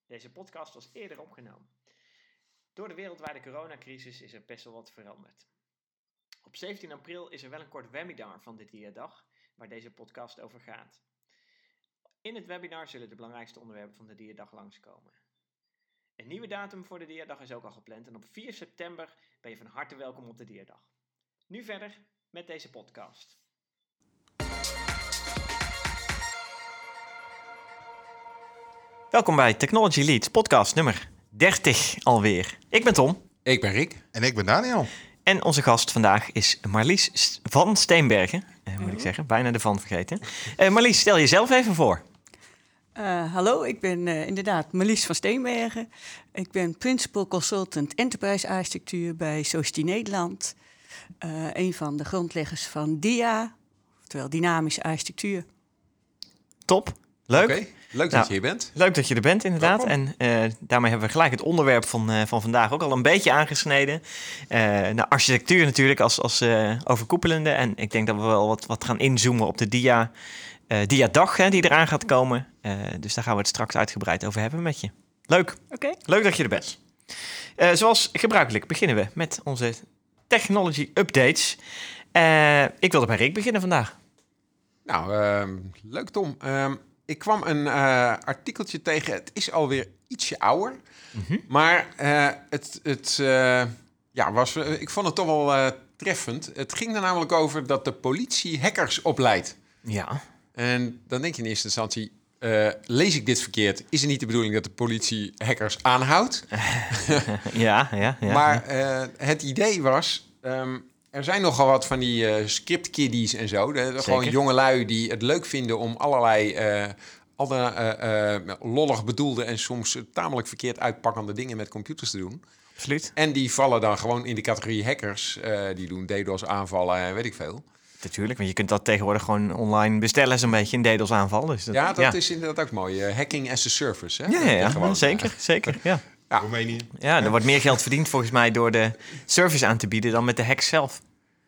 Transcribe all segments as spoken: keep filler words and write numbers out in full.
Deze podcast was eerder opgenomen. Door de wereldwijde coronacrisis is er best wel wat veranderd. Op zeventien april is er wel een kort webinar van de Diadag, waar deze podcast over gaat. In het webinar zullen de belangrijkste onderwerpen van de Diadag langskomen. Een nieuwe datum voor de Diadag is ook al gepland en op vier september ben je van harte welkom op de Diadag. Nu verder met deze podcast. Welkom bij Technology Leads, podcast nummer dertig alweer. Ik ben Tom. Ik ben Rick. En ik ben Daniel. En onze gast vandaag is Marlies van Steenbergen. Eh, moet ik zeggen, bijna de van vergeten. Uh, Marlies, stel jezelf even voor. Uh, hallo, ik ben uh, inderdaad Marlies van Steenbergen. Ik ben Principal Consultant Enterprise Architectuur bij Society Nederland. Uh, een van de grondleggers van D I A, oftewel Dynamische Architectuur. Top, leuk. Okay. Leuk dat nou, je hier bent. Leuk dat je er bent, inderdaad. Welkom. En uh, daarmee hebben we gelijk het onderwerp van, uh, van vandaag ook al een beetje aangesneden. Uh, nou, architectuur natuurlijk als, als uh, overkoepelende. En ik denk dat we wel wat, wat gaan inzoomen op de dia, uh, Diadag hè, die eraan gaat komen. Uh, dus daar gaan we het straks uitgebreid over hebben met je. Leuk. Okay. Leuk dat je er bent. Uh, zoals gebruikelijk beginnen we met onze technology updates. Uh, ik wilde bij Rick beginnen vandaag. Nou, uh, leuk Tom. Uh, Ik kwam een uh, artikeltje tegen, het is alweer ietsje ouder, mm-hmm. maar uh, het, het uh, ja, was, uh, ik vond het toch wel uh, treffend. Het ging er namelijk over dat de politie hackers opleidt. Ja. En dan denk je in eerste instantie, uh, lees ik dit verkeerd? Is het niet de bedoeling dat de politie hackers aanhoudt? ja, ja, ja. Maar uh, het idee was... Um, Er zijn nogal wat van die uh, script kiddies en zo. De, de, gewoon jongelui die het leuk vinden om allerlei uh, alle, uh, uh, lollig bedoelde en soms tamelijk verkeerd uitpakkende dingen met computers te doen. Absoluut. En die vallen dan gewoon in de categorie hackers. Uh, die doen DDoS aanvallen en weet ik veel. Natuurlijk, want je kunt dat tegenwoordig gewoon online bestellen, zo'n beetje een DDoS aanval. Dus dat, ja, dat ja. is inderdaad ook mooi. Uh, hacking as a service. Hè? Ja, ja, ja. Gewoon, zeker, uh, zeker. Ja. Ja. Roemenië. Ja, er wordt meer geld verdiend volgens mij door de service aan te bieden dan met de hack zelf.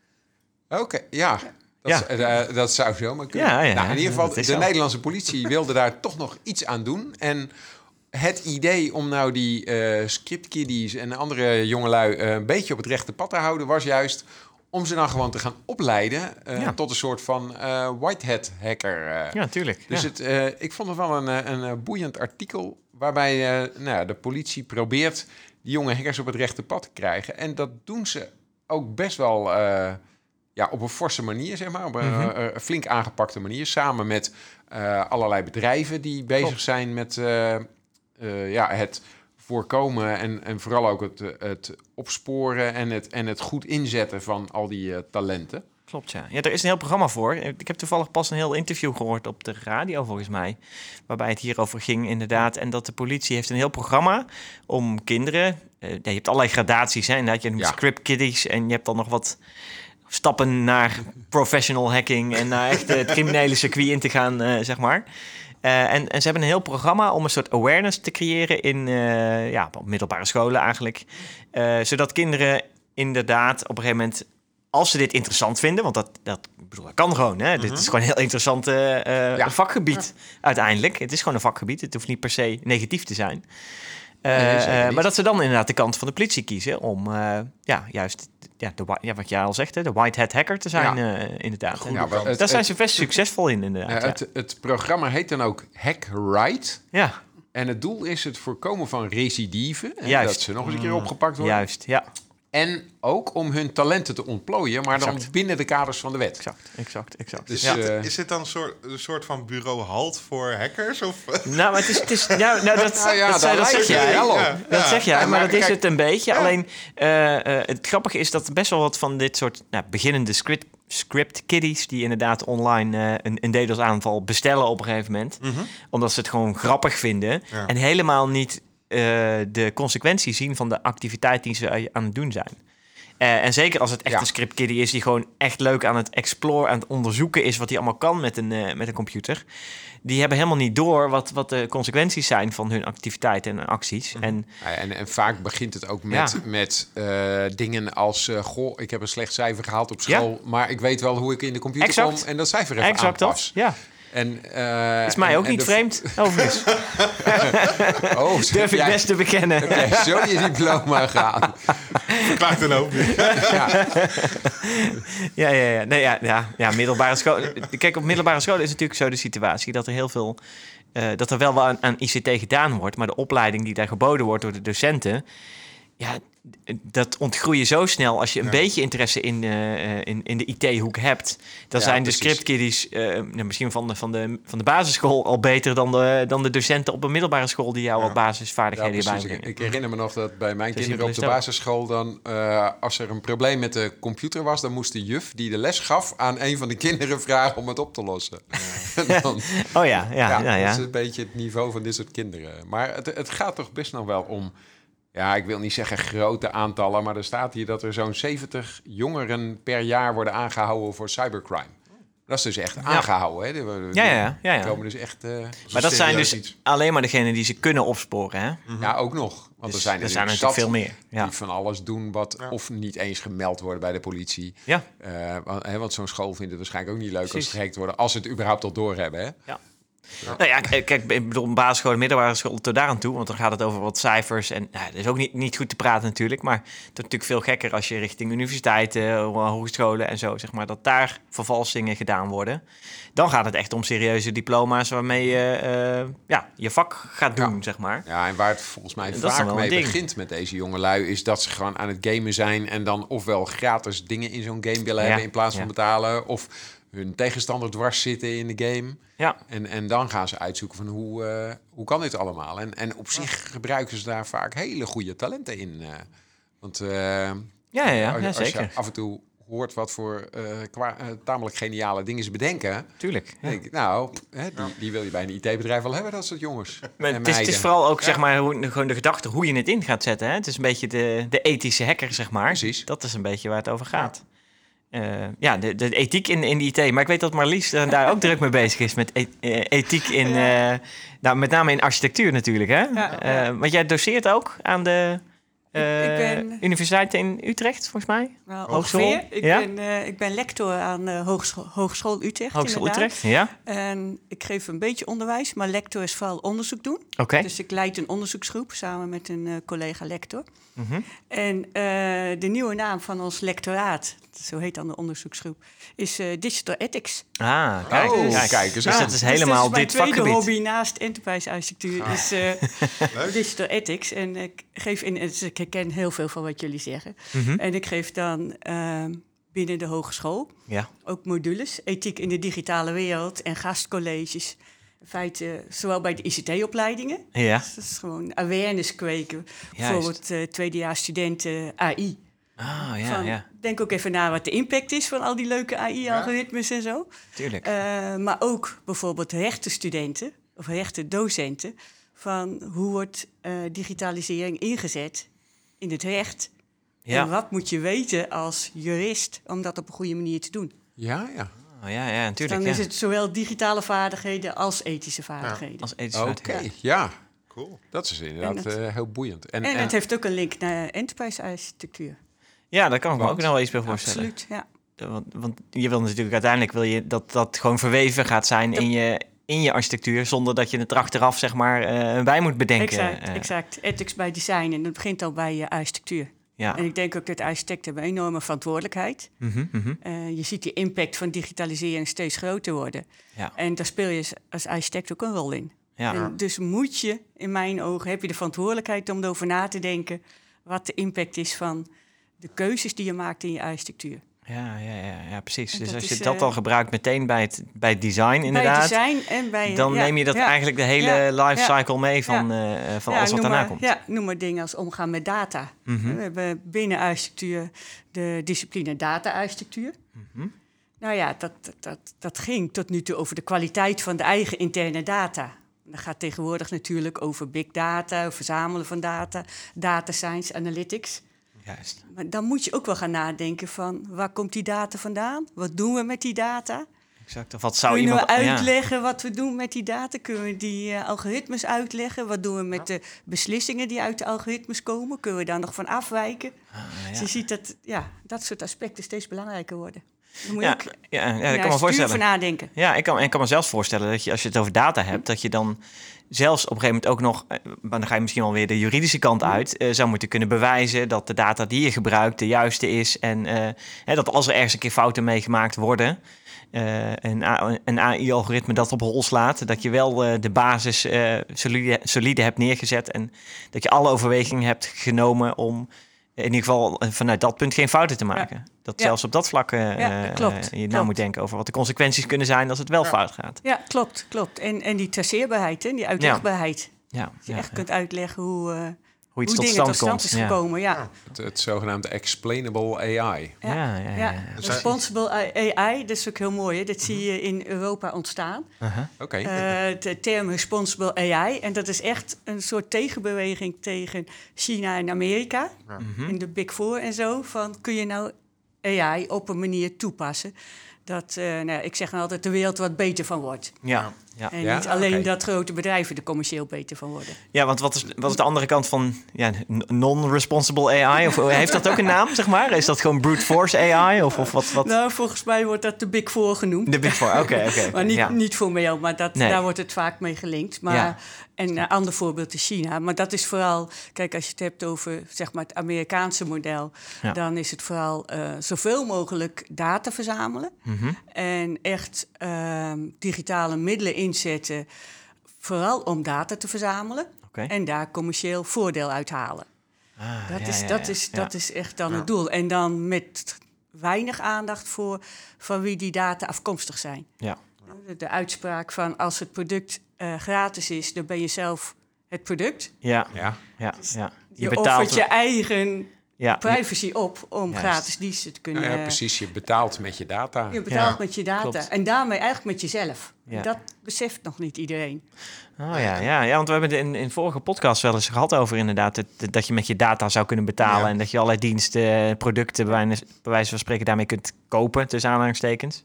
Oké, okay, ja. Dat, ja. uh, dat zou zo maar kunnen. Ja, ja, nou, in ieder geval, de zo. Nederlandse politie wilde daar toch nog iets aan doen. En het idee om nou die uh, scriptkiddies en andere jongelui uh, een beetje op het rechte pad te houden, was juist om ze dan gewoon te gaan opleiden uh, ja. tot een soort van uh, white hat hacker. Uh. Ja, tuurlijk. Dus ja. het, uh, ik vond het wel een, een, een boeiend artikel waarbij uh, nou, de politie probeert die jonge hackers op het rechte pad te krijgen. En dat doen ze ook best wel... Uh, Ja, op een forse manier, zeg maar. Op een mm-hmm. uh, flink aangepakte manier. Samen met uh, allerlei bedrijven die bezig Top. zijn met uh, uh, ja, het voorkomen... en, en vooral ook het, het opsporen en het, en het goed inzetten van al die uh, talenten. Klopt, ja. Ja, er is een heel programma voor. Ik heb toevallig pas een heel interview gehoord op de radio, volgens mij. Waarbij het hierover ging, inderdaad. En dat de politie heeft een heel programma om kinderen... Uh, ja, je hebt allerlei gradaties, hè. Inderdaad, je hebt ja. script kiddies en je hebt dan nog wat... stappen naar professional hacking en naar echt het criminele circuit in te gaan, uh, zeg maar. Uh, en, en ze hebben een heel programma om een soort awareness te creëren in uh, ja, op middelbare scholen eigenlijk. Uh, zodat kinderen inderdaad op een gegeven moment, als ze dit interessant vinden, want dat, dat, ik bedoel, dat kan gewoon, hè. Mm-hmm. Dit is gewoon een heel interessant uh, uh, ja. vakgebied ja. uiteindelijk. Het is gewoon een vakgebied, het hoeft niet per se negatief te zijn. Uh, nee, uh, maar dat ze dan inderdaad de kant van de politie kiezen om uh, ja, juist ja, de, ja, wat jij al zegt, hè, de white hat hacker te zijn, ja. uh, inderdaad. Ja, het, daar zijn het, ze best succesvol in, inderdaad. Uh, ja. het, het programma heet dan ook Hack Right. Ja. En het doel is het voorkomen van recidive. En dat ze nog eens een keer opgepakt worden. Juist, ja. En ook om hun talenten te ontplooien, maar exact. dan binnen de kaders van de wet. Exact, exact, exact. Dus ja. uh, is dit dan een soort, een soort van bureau halt voor hackers? Of? Nou, maar het is... Het is ja, nou, dat, nou ja, dat, dat, dat zeg jij. Ja, dat ja. zeg jij, ja, maar, maar dat kijk, is het een beetje. Ja. Alleen, uh, uh, het grappige is dat best wel wat van dit soort nou, beginnende script, script kiddies... die inderdaad online uh, een, een DDoS aanval bestellen op een gegeven moment. Mm-hmm. Omdat ze het gewoon grappig vinden. Ja. En helemaal niet uh, de consequenties zien van de activiteit die ze aan het doen zijn. Uh, en zeker als het echt ja. een script kiddie is die gewoon echt leuk aan het exploren, aan het onderzoeken is wat hij allemaal kan met een, uh, met een computer. Die hebben helemaal niet door wat, wat de consequenties zijn van hun activiteiten en acties. Mm. En, ja, en, en vaak begint het ook met, ja. met uh, dingen als... Uh, goh, ik heb een slecht cijfer gehaald op school, ja. maar ik weet wel hoe ik in de computer exact. kom en dat cijfer even exact aanpas. Dat, ja. En, uh, is mij en, ook en niet de... vreemd, overigens. Oh, Durf ik jij, best te bekennen. heb jij zo je diploma gehaald? Klaagt een hoop. Ja. Ja, ja, ja. Nee, ja, ja, ja, middelbare school. Kijk, op middelbare school is natuurlijk zo de situatie dat er heel veel, uh, dat er wel wel aan, aan I C T gedaan wordt, maar de opleiding die daar geboden wordt door de docenten, ja, dat ontgroei je zo snel als je een ja. beetje interesse in, uh, in, in de I T-hoek hebt. Dan ja, zijn precies. de scriptkiddies uh, misschien van de, van, de, van de basisschool al beter dan de, dan de docenten op een middelbare school die jou ja. wat basisvaardigheden ja, bijbrengen. Ik, ik herinner me nog dat bij mijn zo kinderen op de basisschool dan, uh, als er een probleem met de computer was, dan moest de juf die de les gaf aan een van de kinderen vragen om het op te lossen. Ja. dan, oh ja, ja, ja, ja, ja. Dat is een beetje het niveau van dit soort kinderen. Maar het, het gaat toch best nog wel om... Ja, ik wil niet zeggen grote aantallen, maar er staat hier dat er zo'n zeventig jongeren per jaar worden aangehouden voor cybercrime. Dat is dus echt ja. aangehouden, hè? Die, ja, ja, ja, ja. komen dus echt... Uh, maar dat zijn dus iets. alleen maar degenen die ze kunnen opsporen, hè? Mm-hmm. Ja, ook nog. Want dus er zijn er, er zijn natuurlijk veel meer. Ja. Die van alles doen wat ja. of niet eens gemeld worden bij de politie. Ja. Uh, want, hè, want zo'n school vindt het waarschijnlijk ook niet leuk Precies. als ze gehackt worden, als ze het überhaupt al doorhebben, hè? Ja. Ja. Nou ja, kijk, ik bedoel, een basisschool en middelbare school tot daar aan toe, want dan gaat het over wat cijfers. En nou, dat is ook niet, niet goed te praten natuurlijk, maar het is natuurlijk veel gekker als je richting universiteiten, hogescholen en zo, zeg maar, dat daar vervalsingen gedaan worden. Dan gaat het echt om serieuze diploma's waarmee je uh, ja, je vak gaat doen, ja. zeg maar. Ja, en waar het volgens mij dat vaak mee begint met deze jongelui, is dat ze gewoon aan het gamen zijn en dan ofwel gratis dingen in zo'n game willen ja. hebben in plaats van ja. betalen, of hun tegenstander dwars zitten in de game. Ja. En, en dan gaan ze uitzoeken van hoe, uh, hoe kan dit allemaal? En, en op zich gebruiken ze daar vaak hele goede talenten in. Uh, want uh, ja, ja, ja, als, ja, als zeker. je af en toe hoort wat voor uh, kwa, uh, tamelijk geniale dingen ze bedenken. Tuurlijk. Ja. Denk ik, nou, hè, die, die wil je bij een I T-bedrijf wel hebben, dat soort jongens. Maar het, is, het is vooral ook, ja. zeg maar, hoe, gewoon de gedachte hoe je het in gaat zetten. Hè? Het is een beetje de, de ethische hacker, zeg maar. Precies. Dat is een beetje waar het over gaat. Ja. Uh, ja, de, de ethiek in, in de I T. Maar ik weet dat Marlies uh, daar ook druk mee bezig is met e- uh, ethiek in, uh, nou, met name in architectuur natuurlijk, hè? Ja, ja. Uh, want jij doceert ook aan de uh, ik ben, Universiteit in Utrecht, volgens mij? Nou, ongeveer. Ik, ja? ben, uh, ik ben lector aan uh, Hogeschool, Hogeschool Utrecht. Hogeschool inderdaad. Utrecht, ja. En ik geef een beetje onderwijs, maar lector is vooral onderzoek doen. Okay. Dus ik leid een onderzoeksgroep samen met een uh, collega lector. Mm-hmm. En uh, de nieuwe naam van ons lectoraat, zo heet dan de onderzoeksgroep, is uh, Digital Ethics. Ah, kijk. Oh, dus, kijk dus dus dat is helemaal dus dit vakgebied. Mijn tweede hobby naast enterprise architectuur ah. is uh, Digital Ethics. En ik geef in, dus ik herken heel veel van wat jullie zeggen. Mm-hmm. En ik geef dan uh, binnen de hogeschool ja. ook modules, ethiek in de digitale wereld en gastcolleges. In feite, zowel bij de I C T-opleidingen. Ja. Dus dat is gewoon awareness kweken. Juist. Bijvoorbeeld uh, tweedejaars studenten A I. Ah, ja, van, ja. Denk ook even na wat de impact is van al die leuke A I-algoritmes ja. en zo. Tuurlijk. Uh, maar ook bijvoorbeeld rechtenstudenten of rechtendocenten. Van hoe wordt uh, digitalisering ingezet in het recht? Ja. En wat moet je weten als jurist om dat op een goede manier te doen? Ja, ja. Oh, ja, ja, natuurlijk. Dan ja. is het zowel digitale vaardigheden als ethische vaardigheden. Ja, als ethische Oké, vaardigheden. ja. Cool. Dat is inderdaad dat, uh, heel boeiend. En, en, en het heeft ook een link naar enterprise architectuur. Ja, daar kan ik me ook nog wel iets bij voorstellen. Absoluut, ja. Want, want je wil natuurlijk uiteindelijk wil je dat dat gewoon verweven gaat zijn in je, in je architectuur, zonder dat je het er achteraf zeg maar uh, bij moet bedenken. Exact, uh. exact. Ethics bij design en dat begint al bij je architectuur. Ja. En ik denk ook dat architecten hebben een enorme verantwoordelijkheid. Mm-hmm, mm-hmm. Uh, je ziet die impact van digitalisering steeds groter worden. Ja. En daar speel je als architect ook een rol in. Ja. En dus moet je, in mijn ogen, heb je de verantwoordelijkheid om erover na te denken wat de impact is van de keuzes die je maakt in je architectuur. Ja, ja, ja, ja precies. En dus als is, je dat uh, al gebruikt meteen bij het, bij het design inderdaad, bij het design en bij, dan ja, neem je dat ja, eigenlijk de hele ja, life cycle ja, mee van, ja. uh, van ja, alles wat daarna maar, komt. Ja, noem maar dingen als omgaan met data. Mm-hmm. We hebben binnen architectuur de discipline data-architectuur. Mm-hmm. Nou ja, dat, dat, dat ging tot nu toe over de kwaliteit van de eigen interne data. Dat gaat tegenwoordig natuurlijk over big data, over verzamelen van data, data science, analytics. Juist. Maar dan moet je ook wel gaan nadenken van waar komt die data vandaan? Wat doen we met die data? Exact. Of wat zou Kunnen iemand... we uitleggen ja. wat we doen met die data? Kunnen we die uh, algoritmes uitleggen? Wat doen we met de beslissingen die uit de algoritmes komen? Kunnen we daar nog van afwijken? Ah, ja. Dus je ziet dat ja, dat soort aspecten steeds belangrijker worden. Dan moet je Ja, ook ja, ja, ja, ik kan me stuur voorstellen. over nadenken. Ja, ik kan, ik kan me zelfs voorstellen dat je, als je het over data hebt, dat je dan zelfs op een gegeven moment ook nog, eh, maar dan ga je misschien alweer de juridische kant uit, eh, zou moeten kunnen bewijzen dat de data die je gebruikt de juiste is. En eh, hè, dat als er ergens een keer fouten mee gemaakt worden, uh, een, A- een A I-algoritme dat op hol slaat, dat je wel uh, de basis uh, solide, solide hebt neergezet en dat je alle overwegingen hebt genomen om in ieder geval vanuit dat punt geen fouten te maken. Ja. Dat Ja. zelfs op dat vlak uh, Ja, dat klopt. uh, je na Klopt. moet denken over wat de consequenties kunnen zijn als het wel Ja. fout gaat. Ja, klopt, klopt. En, en die traceerbaarheid, hè, die uitlegbaarheid. Ja, Dat je ja, echt ja. kunt uitleggen hoe, uh, Hoe hoe iets tot dingen stand tot stand komt. is Ja. gekomen. Ja. Het, het zogenaamde explainable A I. Ja, Ja, ja, ja, ja. Dus Responsible A I, dat is ook heel mooi. Hè? Dat zie je in Europa ontstaan. Uh-huh. Oké. Uh, de term Responsible A I. En dat is echt een soort tegenbeweging tegen China en Amerika. Ja. Mhm. In de Big Four en zo. Van, kun je nou A I op een manier toepassen dat, uh, nou, ik zeg nou altijd, de wereld wat beter van wordt. Ja, ja. En Ja, niet alleen oké. dat grote bedrijven er commercieel beter van worden. ja, want wat is, wat is de andere kant van ja, n- non-responsible A I? Of heeft dat ook een naam, zeg maar? Is dat gewoon brute force A I? Of, of wat? wat? Nou, volgens mij wordt dat de Big Four genoemd. De Big Four, oké, oké. Maar niet, ja. niet formeel, maar dat, Nee. daar wordt het vaak mee gelinkt. Maar, Ja. En een ander voorbeeld is China. Maar dat is vooral, kijk, als je het hebt over zeg maar, het Amerikaanse model, Ja. dan is het vooral uh, zoveel mogelijk data verzamelen. Mhm. En echt uh, digitale middelen inzetten, vooral om data te verzamelen. Oké. En daar commercieel voordeel uit halen. Ah, Dat, ja, is, ja, dat, ja. is, Ja. dat is echt dan Ja. het doel. En dan met weinig aandacht voor van wie die data afkomstig zijn. Ja. De, de uitspraak van als het product uh, gratis is, dan ben je zelf het product. Ja, Ja. ja, ja. Je, je offert je eigen ja. privacy op om Juist. gratis diensten te kunnen... Nou ja, precies. Je betaalt met je data. Je betaalt Ja, met je data. klopt. En daarmee eigenlijk met jezelf. Ja. En dat beseft nog niet iedereen. Oh ja, ja, ja, want we hebben het in, in vorige podcast wel eens gehad over inderdaad het, dat je met je data zou kunnen betalen Ja. en dat je allerlei diensten, producten bij wijze, bij wijze van spreken daarmee kunt kopen, tussen aanhalingstekens.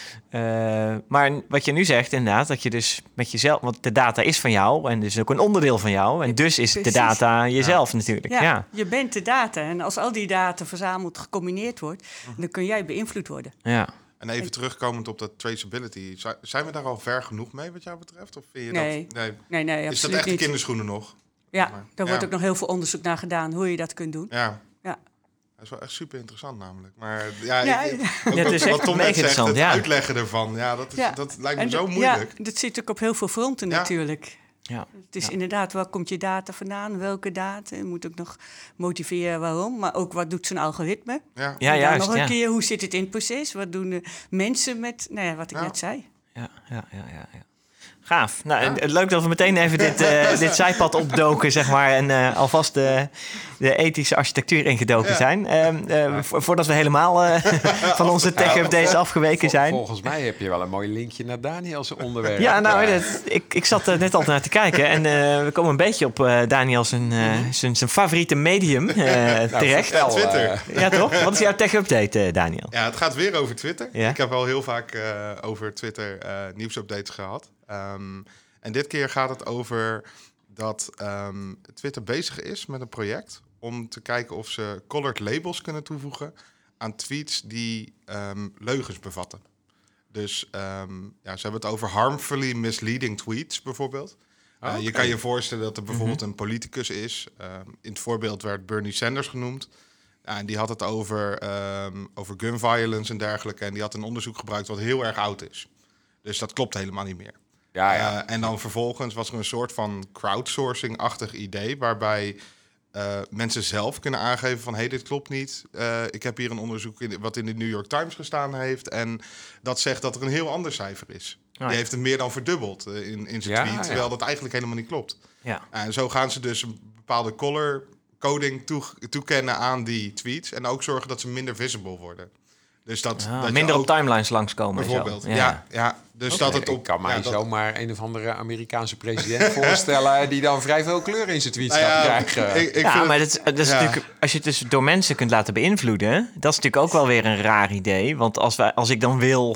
Uh, maar wat je nu zegt inderdaad, dat je dus met jezelf, want de data is van jou en dus ook een onderdeel van jou en dus is Precies. de data jezelf natuurlijk. Ja, Ja, je bent de data. En als al die data verzameld gecombineerd wordt, dan kun jij beïnvloed worden. ja. En even terugkomend op dat traceability. Zi- Zijn we daar al ver genoeg mee wat jou betreft? Of vind je Nee. dat, nee. Nee, nee, Is dat absoluut echt de niet. kinderschoenen nog? Ja, Maar- daar ja. wordt ook nog heel veel onderzoek naar gedaan hoe je dat kunt doen. Ja. Ja. Dat is wel echt super interessant namelijk. Maar ja, Ja, ik, ja. ook Ja, het is wat echt Tom mega net zegt, interessant, het ja. uitleggen ervan. Ja, dat, is, Ja. dat lijkt me En zo dat- moeilijk. Ja, dat zit ook op heel veel fronten Ja. natuurlijk. Ja. Het is Ja. inderdaad, waar komt je data vandaan? Welke data? Je moet ook nog motiveren waarom. Maar ook, wat doet zo'n algoritme? Ja. Ja, En dan juist. nog een Ja. keer, hoe zit het in het proces? Wat doen de mensen met, nou ja, wat ik Ja. net zei? Ja, ja, ja, ja, ja. Gaaf. Nou, en, eh, leuk dat we meteen even dit, eh, dit zijpad opdoken, zeg maar. En eh, alvast de, de ethische architectuur ingedoken Ja. zijn. Ehm, eh, vo- voordat we helemaal eh, van onze tech-updates afgeweken Vol- zijn. Volgens mij heb je wel een mooi linkje naar Daniels onderwerp. Ja, nou, Eh, dat, ik, ik zat er net al naar te kijken. En eh, we komen een beetje op eh, Daniel zijn, eh, zijn, zijn favoriete medium eh, nou, terecht. vertel, Twitter. eh, Ja, toch? Wat is jouw tech-update, eh, Daniel? Ja, het gaat weer over Twitter. Ja. Ik heb al heel vaak uh, over Twitter uh, nieuwsupdates gehad. Um, en dit keer gaat het over dat um, Twitter bezig is met een project om te kijken of ze colored labels kunnen toevoegen aan tweets die um, leugens bevatten. Dus um, ja, ze hebben het over harmfully misleading tweets bijvoorbeeld. Uh, Okay. Je kan je voorstellen dat er bijvoorbeeld een politicus is. Uh, in het voorbeeld werd Bernie Sanders genoemd. Ja, en die had het over, um, over gun violence en dergelijke. En die had een onderzoek gebruikt wat heel erg oud is. Dus dat klopt helemaal niet meer. Ja, ja. Uh, en dan vervolgens was er een soort van crowdsourcing-achtig idee... waarbij uh, mensen zelf kunnen aangeven van... hé, hey, dit klopt niet. Uh, ik heb hier een onderzoek in, wat in de New York Times gestaan heeft... en dat zegt dat er een heel ander cijfer is. ja. Die heeft het meer dan verdubbeld uh, in, in zijn Ja, tweet... ja. terwijl dat eigenlijk helemaal niet klopt. Ja. En zo gaan ze dus een bepaalde color coding toe, toekennen aan die tweets... en ook zorgen dat ze minder visible worden. Dus dat, Ah, dat je minder ook, op timelines langskomen. en zo. bijvoorbeeld. Ja, ja, dus dat het op... Ik kan mij ja, dat- zomaar een of andere Amerikaanse president voorstellen... die dan vrij veel kleur in zijn tweets Nou gaat ja, krijgen. ik, ik ja, vind maar het- dat, is- dat is ja. natuurlijk, als je het dus door mensen kunt laten beïnvloeden, dat is natuurlijk ook wel weer een raar idee. Want als, wij, als ik dan wil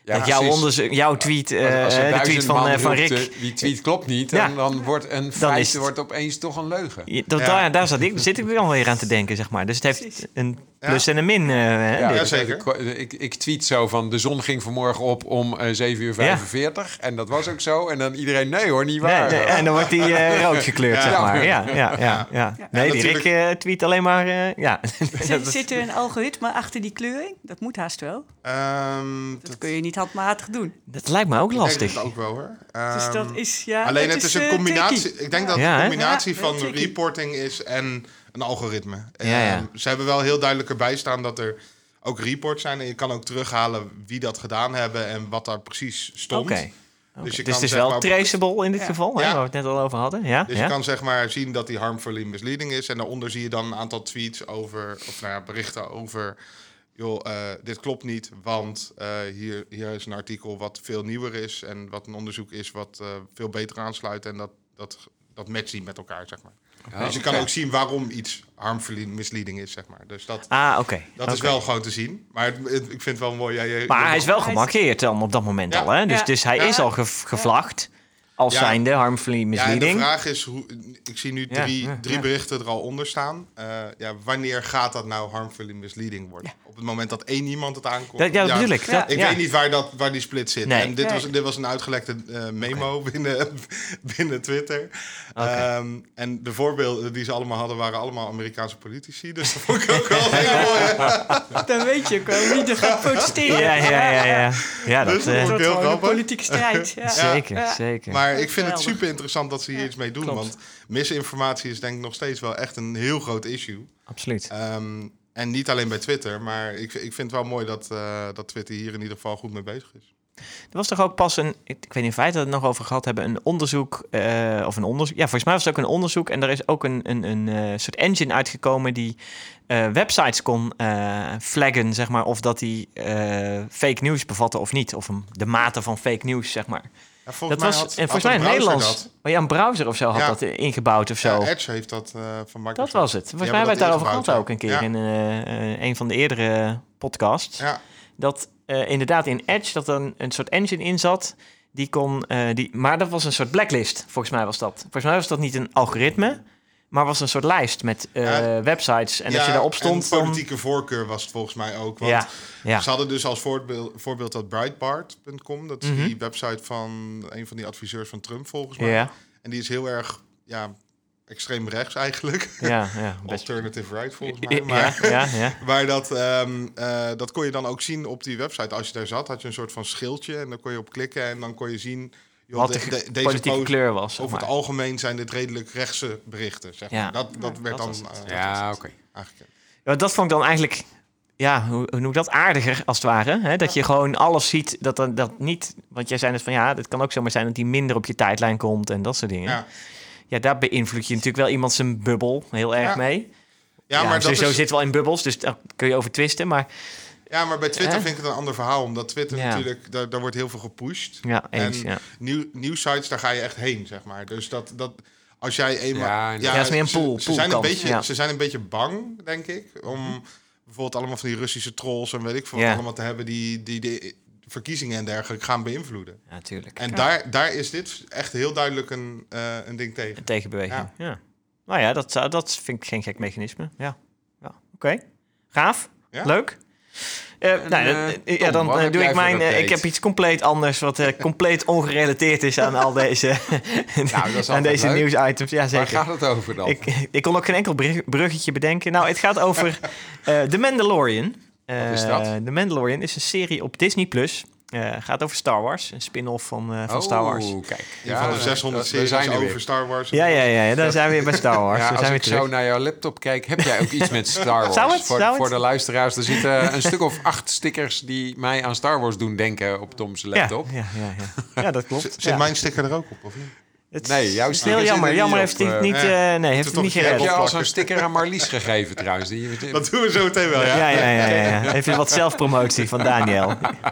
Ja, dat jouw, precies. onderzoek, jouw tweet, uh, Als- als er de tweet duizend van, man uh, van roept, Rick... uh, die tweet klopt niet, Ja. dan, dan wordt een feit is het- wordt opeens toch een leugen. Ja, dat, Ja. Daar, daar zat ik, zit ik wel weer aan te denken, zeg maar. Dus het heeft Precies. een plus Ja. en een min. Uh, hè, Ja, dit. Ja, zeker. Ik, ik, ik tweet zo van, de zon ging vanmorgen op om uh, zeven uur vijfenveertig. En dat was ook zo. En dan iedereen, nee hoor, niet waar. Nee, nee, en dan wordt die uh, rood gekleurd, Ja. zeg Ja. maar. Ja, ja, ja, ja. Nee, die Rick natuurlijk- uh, tweet alleen maar... Uh, ja. Zit, zit er een algoritme achter die kleuring? Dat moet haast wel. Ehm, Dat dat, kun je niet handmatig doen. Dat lijkt me ook ik denk lastig. het ook wel hoor. Dus Ehm, dat is, ja... alleen dat het is een eh, combinatie. tricky. Ik denk dat Ja, het hè? een combinatie Ja, heel van tricky. reporting is en een algoritme. Ja, ja. Ehm, ze hebben wel heel duidelijk erbij staan dat er ook reports zijn. En je kan ook terughalen wie dat gedaan hebben en wat daar precies stond. Oké. Oké. Dus je Dus kan het is zeg wel maar op- traceable in dit Ja. geval, hè, Ja. waar we het net al over hadden. Ja, Dus ja. je kan zeg maar zien dat die harmfully misleading is. En daaronder zie je dan een aantal tweets over, of nou ja, berichten over... joh, uh, dit klopt niet, want uh, hier, hier is een artikel wat veel nieuwer is... en wat een onderzoek is wat uh, veel beter aansluit... en dat, dat, dat matcht niet met elkaar, zeg maar. Ja. Dus je kan ook zien waarom iets harmfully misleading is, zeg maar. Dus dat, Ah, oké. dat Oké. is wel gewoon te zien. Maar het, het- ik vind het wel mooi... Ja, je, Maar je- hij is wel Hij is- gemarkeerd dan op dat moment Ja. al, hè? Dus, Ja. dus hij Ja. is al ge- gevlagd als Ja. zijnde harmfully Ja, en de misleading. vraag is, hoe, ik zie nu Ja, drie, ja, drie ja. berichten er al onder staan. Uh, ja, wanneer gaat dat nou harmfully misleading worden? Op het moment dat één iemand het aankomt. Dat, ja, bedoel ik. Ja. Dat, Ik ja. weet niet waar, dat, waar die split zit. Nee. En dit, Nee. was, dit was een uitgelekte uh, memo binnen, binnen Twitter. Oké. Ehm, en de voorbeelden die ze allemaal hadden, waren allemaal Amerikaanse politici. Dus dat vond ik ook wel heel mooi. Dan weet je ook wel wie er gaat protesteren. Ja, ja, ja, ja. Ja, dat... Dus eh, dat Dat heel wordt gewoon een grappig. politieke strijd. Ja. zeker, Ja. zeker. Maar ik vind het Geweldig. super interessant dat ze hier iets mee doen. klopt. Want misinformatie is denk ik nog steeds wel echt een heel groot issue. Absoluut. Ehm, en niet alleen bij Twitter, maar ik, ik vind het wel mooi dat, uh, dat Twitter hier in ieder geval goed mee bezig is. Er was toch ook pas een, ik, ik weet niet of wij het er nog over gehad hebben, een onderzoek, uh, of een onderzoek, ja, volgens mij was het ook een onderzoek en er is ook een, een, een uh, soort engine uitgekomen die uh, websites kon uh, flaggen, zeg maar, of dat die uh, fake news bevatten of niet, of een, de mate van fake news, zeg maar. Ja, volgens Dat mij was, had, en volgens had mij een in browser Nederlands, dat. oh ja, een browser of zo had Ja. dat ingebouwd of zo. Ja, Edge heeft dat uh, van Microsoft. Dat was het. Volgens Die mij hebben we het hebben daarover dat gehad ook een keer ingebouwd, in uh, uh, een van de eerdere podcasts. Ja, Dat uh, inderdaad in Edge dat er een, een soort engine in zat. Die kon, uh, die, maar dat was een soort blacklist, volgens mij was dat. Volgens mij was dat niet een algoritme, maar was een soort lijst met uh, Ja. websites. En ja, als je daarop stond, en dan... politieke voorkeur was het volgens mij ook. Want Ja, ja. ze hadden dus als voorbeeld, voorbeeld dat Breitbart punt com. Dat is Mhm. die website van een van die adviseurs van Trump volgens mij. Ja, En die is heel erg ja, extreem rechts eigenlijk. ja, ja. Best... Alternative right volgens mij. Maar, Ja, ja, ja. maar dat, um, uh, dat kon je dan ook zien op die website. Als je daar zat, had je een soort van schildje. En dan kon je op klikken en dan kon je zien... Joh, Wat de, de, de, politieke deze post, kleur was. Zeg over maar. het algemeen zijn dit redelijk rechtse berichten. Zeg maar. Ja. Dat, dat Ja, werd dat dan was het. uh, Ja, oké. aangekend. Ja, dat vond ik dan eigenlijk, ja, hoe, hoe noem ik dat, aardiger als het ware. Hè? Dat je gewoon alles ziet, dat dat, dat niet... Want jij zei net van, ja, het kan ook zomaar zijn dat die minder op je tijdlijn komt en dat soort dingen. Ja, Ja. daar beïnvloed je natuurlijk wel iemand zijn bubbel heel erg Ja. mee. Ja, Ja, maar dat sowieso is, zit wel in bubbels, dus daar kun je over twisten. Maar ja, maar bij Twitter Hè? vind ik het een ander verhaal. Omdat Twitter Ja. natuurlijk, daar, daar wordt heel veel gepusht. ja, eens. En Ja. Nieuw, nieuwsites, daar ga je echt heen, zeg maar. Dus dat, dat als jij eenmaal... Ja, Ja, dat is meer een ze- pool- ze, zijn een poolkant, beetje, ja. ze zijn een beetje bang, denk ik, om bijvoorbeeld allemaal van die Russische trolls en weet ik veel Ja. wat allemaal te hebben die, die de verkiezingen en dergelijke gaan beïnvloeden. Ja, tuurlijk. En daar, daar is dit echt heel duidelijk een, uh, een ding tegen. Een tegenbeweging. Ja. Ja. Nou ja, dat, zou- dat vind ik geen gek mechanisme. Ja, ja. Oké. Okay. Gaaf. Ja? Leuk. Uh, En, nou, uh, uh, ja, Tom, dan wat uh, heb doe jij ik voor mijn. Uh, update? ik heb iets compleet anders, wat uh, compleet ongerelateerd is aan al deze, Nou, dat is aan altijd deze leuk. nieuwsitems. Ja, Waar zeker. gaat het over dan? Ik, ik kon ook geen enkel brug- bruggetje bedenken. Nou, het gaat over uh, The Mandalorian. Uh, Wat is dat? The Mandalorian is een serie op Disney Plus. Uh, gaat over Star Wars, een spin-off van, uh, van oh, Star Wars. kijk. Een van de eh, zeshonderd we series zijn er over weer. Star Wars. Ja, ja, ja, ja, daar zijn we weer bij Star Wars. Ja, daar als zijn we ik terug. zo naar jouw laptop kijk, heb jij ook iets met Star Wars? Zou het? Voor, Zou het? voor de luisteraars, er zitten een stuk of acht stickers die mij aan Star Wars doen denken op Tom's laptop. Ja, ja, ja, ja. ja, dat klopt. Zit ja. mijn sticker er ook op, of niet? Het Nee, jouw is sticker heel zit er jammer. niet Jammer op, heeft hij het eh. niet, Ja. uh, nee, heeft het het niet toch Heb gered. je al opplakken. zo'n sticker aan Marlies gegeven trouwens? Die, Dat doen we zo meteen wel, ja. Ja, ja, ja, ja, ja. Even wat zelfpromotie van Daniel.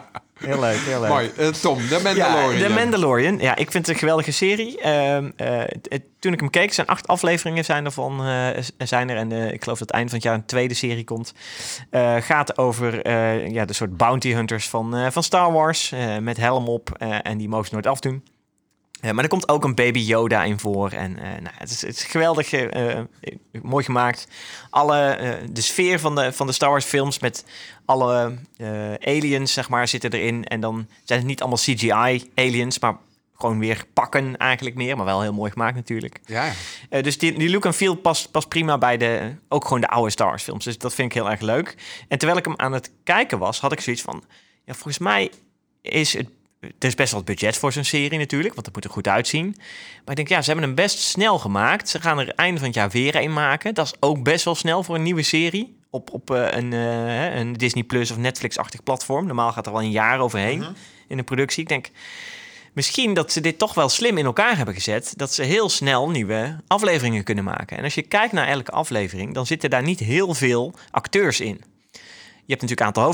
heel leuk, heel leuk. Mooi. Uh, Tom, The Mandalorian. Ja, The Mandalorian. Ja, ik vind het een geweldige serie. Uh, uh, het, het, toen ik hem keek, zijn acht afleveringen zijn ervan, uh, zijn er. En uh, ik geloof dat het eind van het jaar een tweede serie komt. Uh, gaat over uh, ja, de soort bounty hunters van, uh, van Star Wars. Uh, met helm op uh, en die mogen ze nooit afdoen. Uh, maar er komt ook een baby Yoda in voor. En uh, nou, het, is, het is geweldig uh, mooi gemaakt. Alle, uh, de sfeer van de, van de Star Wars films met alle uh, aliens, zeg maar, zitten erin. En dan zijn het niet allemaal C G I-aliens, maar gewoon weer pakken eigenlijk meer. Maar wel heel mooi gemaakt natuurlijk. Ja. Uh, dus die, die look en feel past, past prima bij de, ook gewoon de oude Star Wars films. Dus dat vind ik heel erg leuk. En terwijl ik hem aan het kijken was, had ik zoiets van... Ja, volgens mij is het... Er is best wel het budget voor zo'n serie natuurlijk, want het moet er goed uitzien. Maar ik denk, ja, ze hebben hem best snel gemaakt. Ze gaan er einde van het jaar weer een maken. Dat is ook best wel snel voor een nieuwe serie. Op, op uh, een, uh, een Disney Plus of Netflix-achtig platform. Normaal gaat er wel een jaar overheen uh-huh. in de productie. Ik denk, misschien dat ze dit toch wel slim in elkaar hebben gezet. Dat ze heel snel nieuwe afleveringen kunnen maken. En als je kijkt naar elke aflevering, dan zitten daar niet heel veel acteurs in. Je hebt natuurlijk een aantal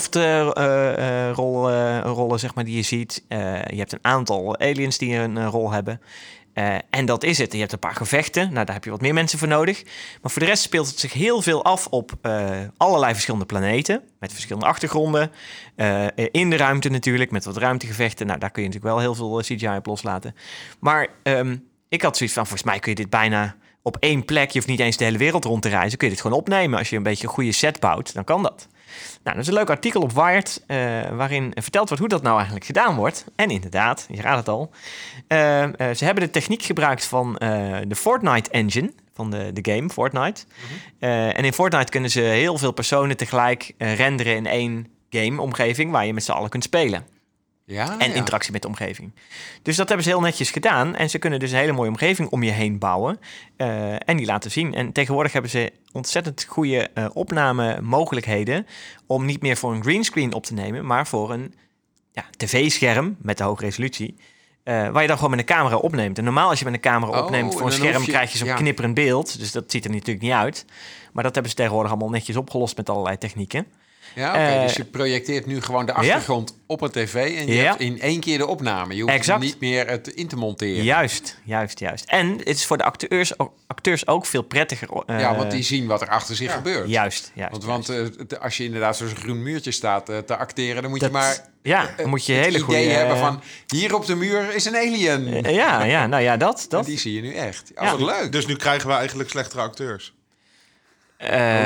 hoofdrollen, uh, uh, rollen, zeg maar, die je ziet. Uh, je hebt een aantal aliens die een uh, rol hebben. Uh, en dat is het. Je hebt een paar gevechten. Nou, daar heb je wat meer mensen voor nodig. Maar voor de rest speelt het zich heel veel af op uh, allerlei verschillende planeten. Met verschillende achtergronden. Uh, in de ruimte natuurlijk, met wat ruimtegevechten. Nou, daar kun je natuurlijk wel heel veel C G I op loslaten. Maar um, ik had zoiets van, volgens mij kun je dit bijna op één plek. Je hoeft niet eens de hele wereld rond te reizen. Kun je dit gewoon opnemen. Als je een beetje een goede set bouwt, dan kan dat. Nou, dat is een leuk artikel op Wired, uh, waarin verteld wordt hoe dat nou eigenlijk gedaan wordt. En inderdaad, je raadt het al. Uh, uh, ze hebben de techniek gebruikt van uh, de Fortnite engine, van de, de game Fortnite. Mm-hmm. Uh, en in Fortnite kunnen ze heel veel personen tegelijk uh, renderen in één game-omgeving waar je met z'n allen kunt spelen. Ja, en ja. interactie met de omgeving. Dus dat hebben ze heel netjes gedaan. En ze kunnen dus een hele mooie omgeving om je heen bouwen. Uh, en die laten zien. En tegenwoordig hebben ze ontzettend goede uh, opnamemogelijkheden om niet meer voor een greenscreen op te nemen, maar voor een ja, tv-scherm met de hoge resolutie. Uh, waar je dan gewoon met een camera opneemt. En normaal als je met een camera oh, opneemt voor een scherm, je, krijg je zo'n ja. knipperend beeld. Dus dat ziet er natuurlijk niet uit. Maar dat hebben ze tegenwoordig allemaal netjes opgelost met allerlei technieken. Ja, oké. Okay, uh, dus je projecteert nu gewoon de achtergrond ja? op een tv en je ja? hebt in één keer de opname. Je hoeft exact. niet meer het in te monteren. Juist, juist, juist. En het is voor de acteurs, acteurs ook veel prettiger. Uh, ja, want die zien wat er achter zich ja. gebeurt. Juist, juist. Want, want uh, als je inderdaad zo'n groen muurtje staat uh, te acteren, dan moet dat, je maar ja, dan moet je het hele idee goede, hebben van hier op de muur is een alien. Uh, ja, ja, nou ja, dat. dat. En die zie je nu echt. Oh, ja. Wat leuk. Dus nu krijgen we eigenlijk slechtere acteurs. Uh,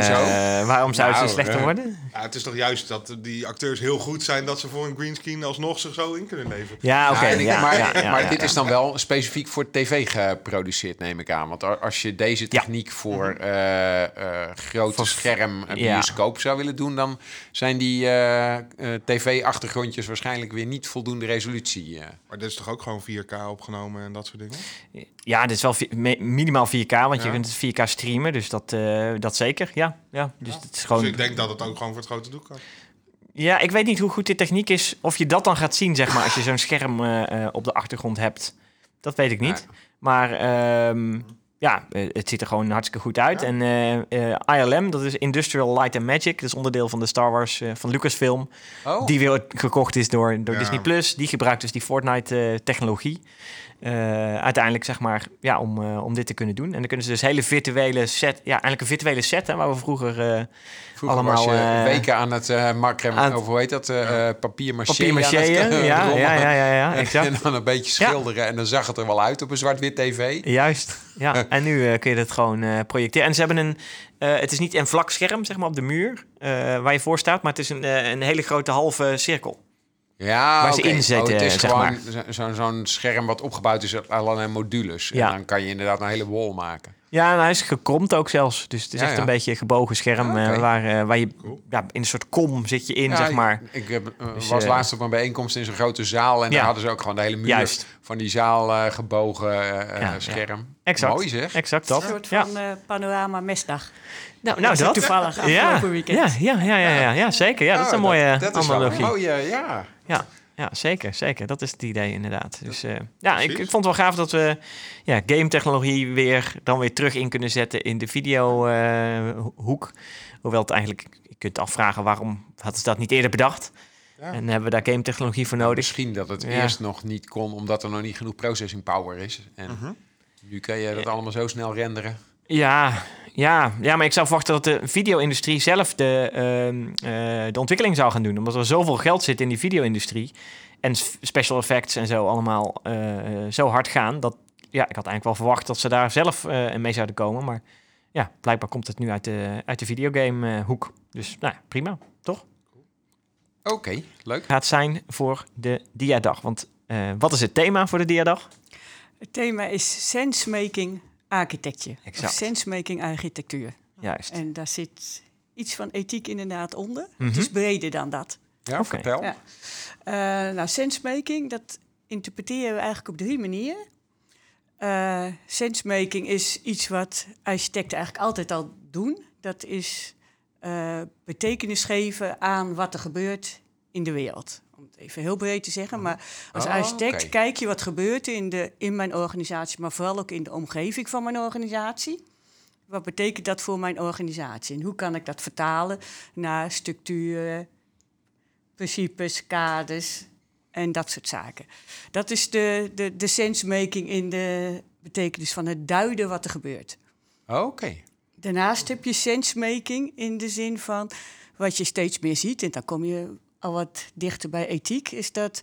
waarom zou nou, ze slechter uh, worden? Ja, het is toch juist dat die acteurs heel goed zijn dat ze voor een greenscreen alsnog zich zo in kunnen leven. Ja, oké. Okay, ja, ja, maar ja, ja, maar ja, dit ja. is dan wel specifiek voor tv geproduceerd, neem ik aan. Want als je deze techniek ja. voor uh, uh, grote voor, scherm en bioscoop ja. zou willen doen, dan zijn die uh, uh, tv-achtergrondjes waarschijnlijk weer niet voldoende resolutie. Uh. Maar dit is toch ook gewoon vier K opgenomen en dat soort dingen? Ja, dit is wel vi- minimaal vier K, want ja. je kunt het vier K streamen, dus dat, uh, dat zeker, ja. ja, dus, ja. het is gewoon... dus ik denk dat het ook gewoon voor het grote doek kan. Ja, ik weet niet hoe goed dit techniek is, of je dat dan gaat zien, zeg maar, als je zo'n scherm uh, uh, op de achtergrond hebt. Dat weet ik niet. Ja. Maar um, ja, het ziet er gewoon hartstikke goed uit. Ja. En uh, uh, I L M, dat is Industrial Light and Magic, dat is onderdeel van de Star Wars, uh, van Lucasfilm, oh. die weer gekocht is door, door ja. Disney Plus. Die gebruikt dus die Fortnite-technologie. Uh, Uh, uiteindelijk, zeg maar, ja, om, uh, om dit te kunnen doen. En dan kunnen ze dus hele virtuele set... Ja, eigenlijk een virtuele set, hè, waar we vroeger, uh, vroeger allemaal... was je uh, weken aan het uh, makken, aan of hoe heet dat? Uh, uh, papier maché. Papier maché, ja, ja, ja, ja, ja, exact. En dan een beetje schilderen ja. en dan zag het er wel uit op een zwart-wit tv. Juist, ja. En nu uh, kun je dat gewoon uh, projecteren. En ze hebben een... Uh, het is niet een vlak scherm, zeg maar, op de muur uh, waar je voor staat, maar het is een, uh, een hele grote halve cirkel. Ja, waar ze okay. in zitten, oh, het is zeg gewoon maar. Zo, zo'n scherm wat opgebouwd is uit allerlei modules. Ja. En dan kan je inderdaad een hele wall maken. Ja, en hij is gekromd ook zelfs. Dus het is ja, echt ja. een beetje een gebogen scherm. Ah, okay. uh, waar, uh, waar je cool. ja, in een soort kom zit je in, ja, zeg maar. Ik, ik uh, dus, was uh, laatst op een bijeenkomst in zo'n grote zaal. En ja. daar hadden ze ook gewoon de hele muur Juist. van die zaal uh, gebogen uh, ja, scherm. Ja. Exact. Mooi zeg. Exact dat. Een soort ja. van uh, panorama mesdag. Nou, nou dat. Toevallig afgelopen ja. weekend. Ja, ja, ja, ja, ja, ja, zeker. Ja, dat is een mooie dat, dat analogie. Is wel een mooie, ja. Ja. Ja, zeker, zeker. Dat is het idee inderdaad. Dus uh, ja, ik, ik vond het wel gaaf dat we ja, game-technologie weer dan weer terug in kunnen zetten in de video-hoek. Uh, Hoewel het eigenlijk, je kunt afvragen waarom hadden ze dat niet eerder bedacht. Ja. En hebben we daar game technologie voor nodig. Misschien dat het Ja. eerst nog niet kon, omdat er nog niet genoeg processing power is. En Mhm. nu kan je dat allemaal zo snel renderen. Ja, ja, ja, maar ik zou verwachten dat de video-industrie zelf de, ehm, eh, de ontwikkeling zou gaan doen. Omdat er zoveel geld zit in die video-industrie. En s- special effects en zo allemaal eh, zo hard gaan. Dat, ja, ik had eigenlijk wel verwacht dat ze daar zelf eh, mee zouden komen. Maar ja, blijkbaar komt het nu uit de, uit de videogame-hoek. Dus nou, prima, toch? Oké, okay, leuk. Gaat zijn voor de Diadag. Want uh, wat is het thema voor de Diadag? Het thema is sense-making architecture. Exact. Of sense-making architectuur. Juist. En daar zit iets van ethiek inderdaad onder. Mm-hmm. Het is breder dan dat. Ja, Okay. vertel. Ja. Uh, nou, sense-making, dat interpreteren we eigenlijk op drie manieren. Uh, sense-making is iets wat architecten eigenlijk altijd al doen. Dat is uh, betekenis geven aan wat er gebeurt in de wereld. Om het even heel breed te zeggen. Maar als Oh, architect okay. kijk je wat gebeurt in, de, in mijn organisatie, maar vooral ook in de omgeving van mijn organisatie. Wat betekent dat voor mijn organisatie? En hoe kan ik dat vertalen naar structuren, principes, kaders en dat soort zaken. Dat is de, de, de sense-making in de betekenis van het duiden wat er gebeurt. Oké. Okay. Daarnaast heb je sense-making in de zin van wat je steeds meer ziet, en dan kom je al wat dichter bij ethiek, is dat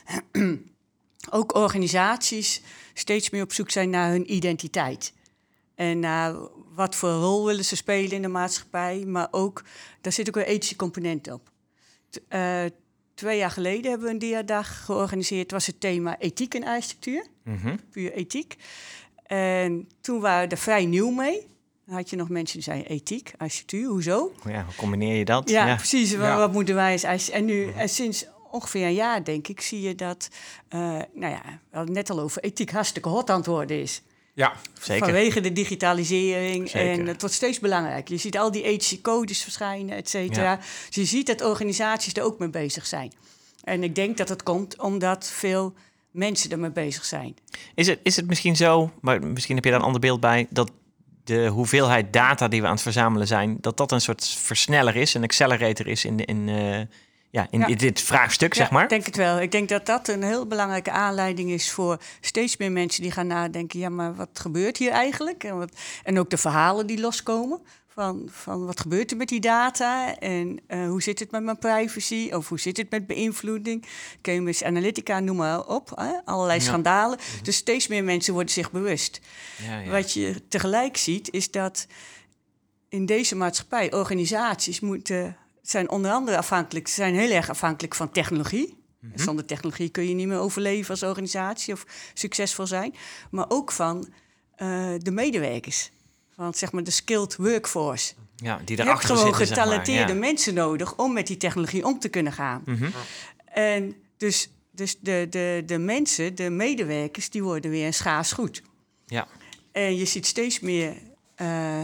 ook organisaties steeds meer op zoek zijn naar hun identiteit. En naar wat voor rol willen ze spelen in de maatschappij, maar ook, daar zit ook een ethische component op. T- uh, twee jaar geleden hebben we een diadag georganiseerd, was het thema ethiek en architectuur, Mm-hmm. puur ethiek. En toen waren we er vrij nieuw mee. Dan had je nog mensen die zeiden ethiek, architectuur, hoezo? Ja, hoe combineer je dat? Ja, ja. precies. Ja. Wat moeten wij als architect? En nu, en sinds ongeveer een jaar, denk ik, zie je dat, uh, nou ja, we hadden het net al over, ethiek hartstikke hot aan het worden is. Ja, zeker. Vanwege de digitalisering. Zeker. En het wordt steeds belangrijker. Je ziet al die ethische codes verschijnen, et cetera. Ja. Dus je ziet dat organisaties er ook mee bezig zijn. En ik denk dat het komt omdat veel mensen ermee bezig zijn. Is het, is het misschien zo, maar misschien heb je daar een ander beeld bij, dat de hoeveelheid data die we aan het verzamelen zijn, dat dat een soort versneller is, een accelerator is in, in, uh, ja, in Ja. dit vraagstuk, Ja, zeg maar? ik denk het wel. Ik denk dat dat een heel belangrijke aanleiding is voor steeds meer mensen die gaan nadenken, ja, maar wat gebeurt hier eigenlijk? En, wat, en ook de verhalen die loskomen. Van, van wat gebeurt er met die data en uh, hoe zit het met mijn privacy of hoe zit het met beïnvloeding? Cambridge Analytica, noem maar op, hè? Allerlei Ja. schandalen. Dus steeds meer mensen worden zich bewust. Ja, ja. Wat je tegelijk ziet is dat in deze maatschappij organisaties moeten, zijn onder andere afhankelijk, zijn heel erg afhankelijk van technologie. Mhm. Zonder technologie kun je niet meer overleven als organisatie of succesvol zijn. Maar ook van uh, de medewerkers. Van zeg maar de skilled workforce. Ja, die Je hebt erachter gewoon zitten, zeg maar. getalenteerde Ja. mensen nodig om met die technologie om te kunnen gaan. Mhm. En dus, dus de, de, de mensen, de medewerkers, die worden weer een schaars goed. Ja. En je ziet steeds meer uh,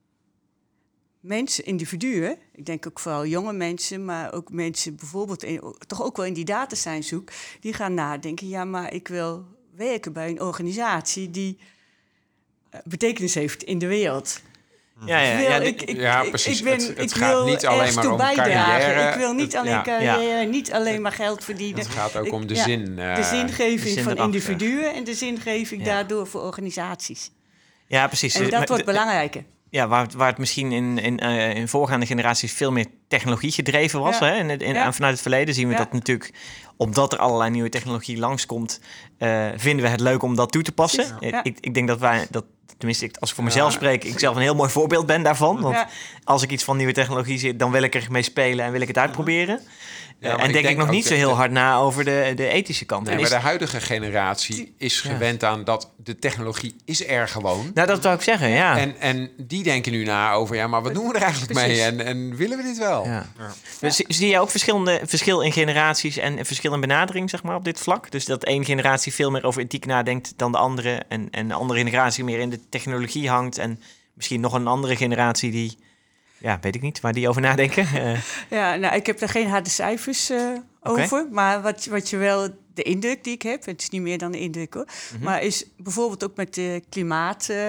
mensen, individuen, ik denk ook vooral jonge mensen, maar ook mensen bijvoorbeeld in, toch ook wel in die data science hoek, die gaan nadenken, ja, maar ik wil werken bij een organisatie die uh, betekenis heeft in de wereld. Ja, ja, Ik wil- ja, ik- ik- ja, ik- precies. ik ben- Het, het ik gaat wil niet alleen ergens maar toe om bijdragen. carrière. Ik wil niet alleen ja. carrière, niet alleen maar geld verdienen. Het gaat ook Ik- om de ja, zin. uh, de zingeving de zin van erachter. individuen en de zingeving Ja. daardoor voor organisaties. Ja, precies. En Maar dat wordt de- belangrijker. Ja, waar, het- waar het misschien in, in, uh, in voorgaande generaties veel meer technologie gedreven was. Ja. Hè? En, in, Ja. vanuit het verleden zien we Ja. dat natuurlijk, omdat er allerlei nieuwe technologie langskomt, uh, vinden we het leuk om dat toe te passen. Precies. Ja. Ik, ik denk dat wij, dat, tenminste ik, als ik voor Ja. mezelf spreek, ik zelf een heel mooi voorbeeld ben daarvan. Want Ja. als ik iets van nieuwe technologie zie, dan wil ik er mee spelen en wil ik het uitproberen. Ja, Uh, maar en ik denk, denk ik nog ook niet zo dat heel de- hard na over de, de ethische kant. Nee, En maar is- de huidige generatie is Ja. gewend aan dat de technologie is er gewoon. nou, dat zou ik zeggen, ja. En, en die denken nu na over, ja, maar wat doen we er eigenlijk Precies. mee? En, en willen we dit wel? Ja. Ja. Dus zie- zie je ook verschillende verschil in generaties en verschil in benadering, zeg maar, op dit vlak? Dus dat één generatie veel meer over ethiek nadenkt dan de andere, en, en de andere generatie meer in de technologie hangt, en misschien nog een andere generatie die, ja, weet ik niet, waar die over nadenken. Eh, Ja, nou, ik heb daar geen harde cijfers uh, Oké. over. Maar wat, wat je wel, de indruk die ik heb, het is niet meer dan de indruk hoor, Mhm. maar is bijvoorbeeld ook met de klimaat, uh,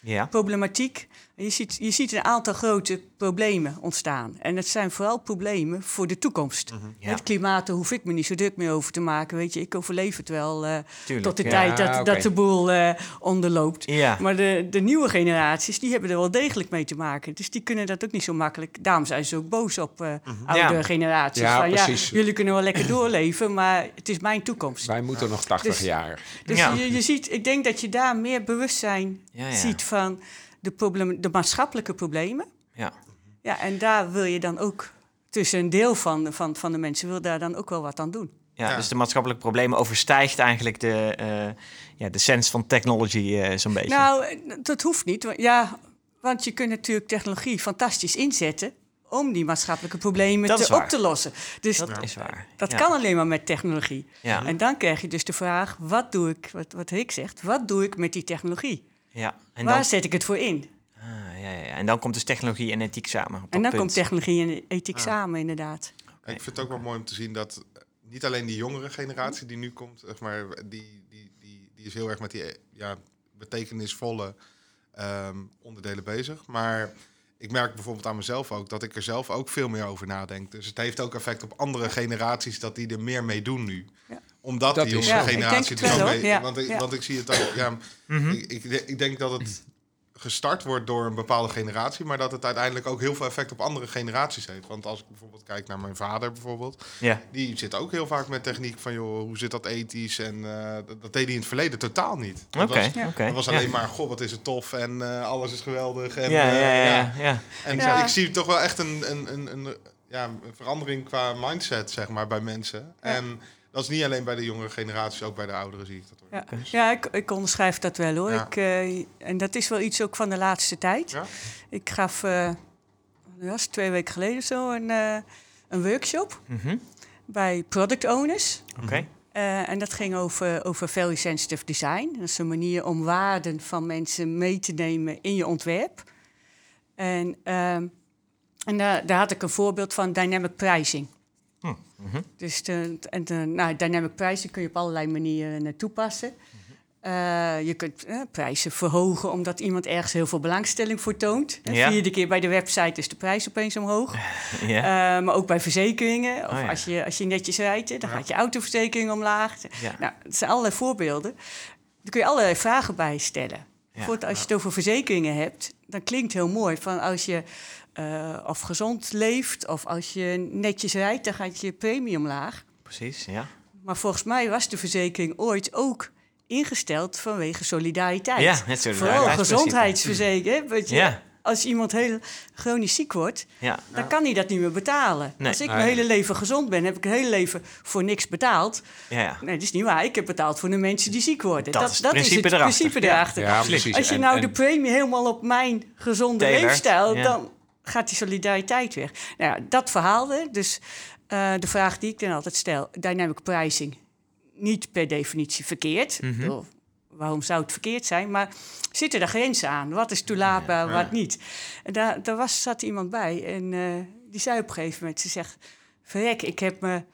Ja. problematiek. Je ziet, je ziet een aantal grote problemen ontstaan. En het zijn vooral problemen voor de toekomst. Mm-hmm. Ja. Het klimaat, daar hoef ik me niet zo druk meer over te maken. Weet je, ik overleef het wel uh, Tuurlijk, tot de ja. tijd dat, Ah, oké. dat de boel uh, onderloopt. Ja. Maar de, de nieuwe generaties, die hebben er wel degelijk mee te maken. Dus die kunnen dat ook niet zo makkelijk. Daarom zijn ze ook boos op uh, mm-hmm. oude Ja. generaties. Ja, van, ja, precies. jullie kunnen wel lekker doorleven, maar het is mijn toekomst. Wij moeten nog tachtig Dus- jaar. Dus Ja. je, je ziet, ik denk dat je daar meer bewustzijn Ja, ja. ziet van de, problem, de maatschappelijke problemen. Ja. Ja, en daar wil je dan ook, tussen een deel van, van, van de mensen, wil daar dan ook wel wat aan doen. Ja, Ja. dus de maatschappelijke problemen overstijgt eigenlijk de, uh, ja, de sense van technology uh, zo'n beetje. Nou, dat hoeft niet. Want, ja, want je kunt natuurlijk technologie fantastisch inzetten om die maatschappelijke problemen Dat is te, waar. op te lossen. Dus dat dat, is waar. dat ja. kan alleen maar met technologie. Ja. En dan krijg je dus de vraag, wat doe ik, wat, wat Rick zegt, wat doe ik met die technologie? Ja. En Waar dan, zet ik het voor in? ah, ja, ja, ja. En dan komt dus technologie en ethiek samen. Op dat En dan punt. komt technologie en ethiek Ja. samen, inderdaad. Ik vind het ook wel mooi om te zien dat eh, niet alleen die jongere generatie die nu komt, zeg maar, die, die, die, die is heel erg met die eh, ja, betekenisvolle ehm, onderdelen bezig. Maar ik merk bijvoorbeeld aan mezelf ook dat ik er zelf ook veel meer over nadenk. Dus het heeft ook effect op andere generaties dat die er meer mee doen nu. Ja. Omdat Dat die is jongere zo. Ja, ik generatie denk er het ook wel, mee... hoor. Ja. Want, ik, Ja. want ik zie het ook... Ja, Mhm. ik, ik, ik denk dat het gestart wordt door een bepaalde generatie, maar dat het uiteindelijk ook heel veel effect op andere generaties heeft. Want als ik bijvoorbeeld kijk naar mijn vader bijvoorbeeld, Ja. die zit ook heel vaak met techniek van, joh, hoe zit dat ethisch? En uh, dat, dat deed hij in het verleden totaal niet. Dat Oké, was, Ja. oké. dat was Ja. alleen maar, goh, wat is het tof en uh, alles is geweldig. En, Ja, uh, ja, ja, ja, ja. En Ja. ik zie toch wel echt een, een, een, een, ja, een verandering qua mindset, zeg maar, bij mensen. Ja. En dat is niet alleen bij de jongere generaties, ook bij de ouderen zie ik dat. Hoor. Ja, Dus, ja ik, ik onderschrijf dat wel hoor. Ja. Ik, uh, en dat is wel iets ook van de laatste tijd. Ja? Ik gaf, uh, dat was twee weken geleden zo, een, uh, een workshop Mhm. bij product owners. Oké. Uh, en dat ging over, over value sensitive design. Dat is een manier om waarden van mensen mee te nemen in je ontwerp. En, uh, en daar, daar had ik een voorbeeld van dynamic pricing. Hm. Mhm. Dus de, en de, nou, dynamic pricing kun je op allerlei manieren uh, toepassen. Uh, je kunt uh, prijzen verhogen omdat iemand ergens heel veel belangstelling voor toont. Ja. Vierde keer bij de website is de prijs opeens omhoog. Ja. Uh, maar ook bij verzekeringen. Of Oh, ja. als, je, als je netjes rijdt, hè, dan Ja. gaat je autoverzekering omlaag. Ja. Nou, het zijn allerlei voorbeelden. Daar kun je allerlei vragen bij stellen. Ja. Bijvoorbeeld als je het over verzekeringen hebt, dan klinkt het heel mooi. Van als je uh, of gezond leeft of als je netjes rijdt, dan gaat je premie omlaag. Precies, ja. Maar volgens mij was de verzekering ooit ook ingesteld vanwege solidariteit. Ja, het solidariteitsprincipe. Vooral gezondheidsverzekering. Weet je, Ja. Als iemand heel chronisch ziek wordt, Ja. dan kan hij dat niet meer betalen. Nee. Als ik Nee. mijn hele leven gezond ben, heb ik het hele leven voor niks betaald. Ja, ja. Nee, dat is niet waar. Ik heb betaald voor de mensen die ziek worden. Dat is het principe het erachter. principe Ja. erachter. Ja, precies. Als je En- nou en- de premie helemaal op mijn gezonde Tailor, leefstijl, ja. dan gaat die solidariteit weg. Nou ja, dat verhaal, hè. Dus uh, de vraag die ik dan altijd stel, dynamic pricing, niet per definitie verkeerd. Mhm. Ik bedoel, waarom zou het verkeerd zijn? Maar zitten er grenzen aan? Wat is toelaatbaar, Ja. wat niet? En daar, daar was, zat iemand bij en uh, die zei op een gegeven moment, ze zegt, verrek, ik heb me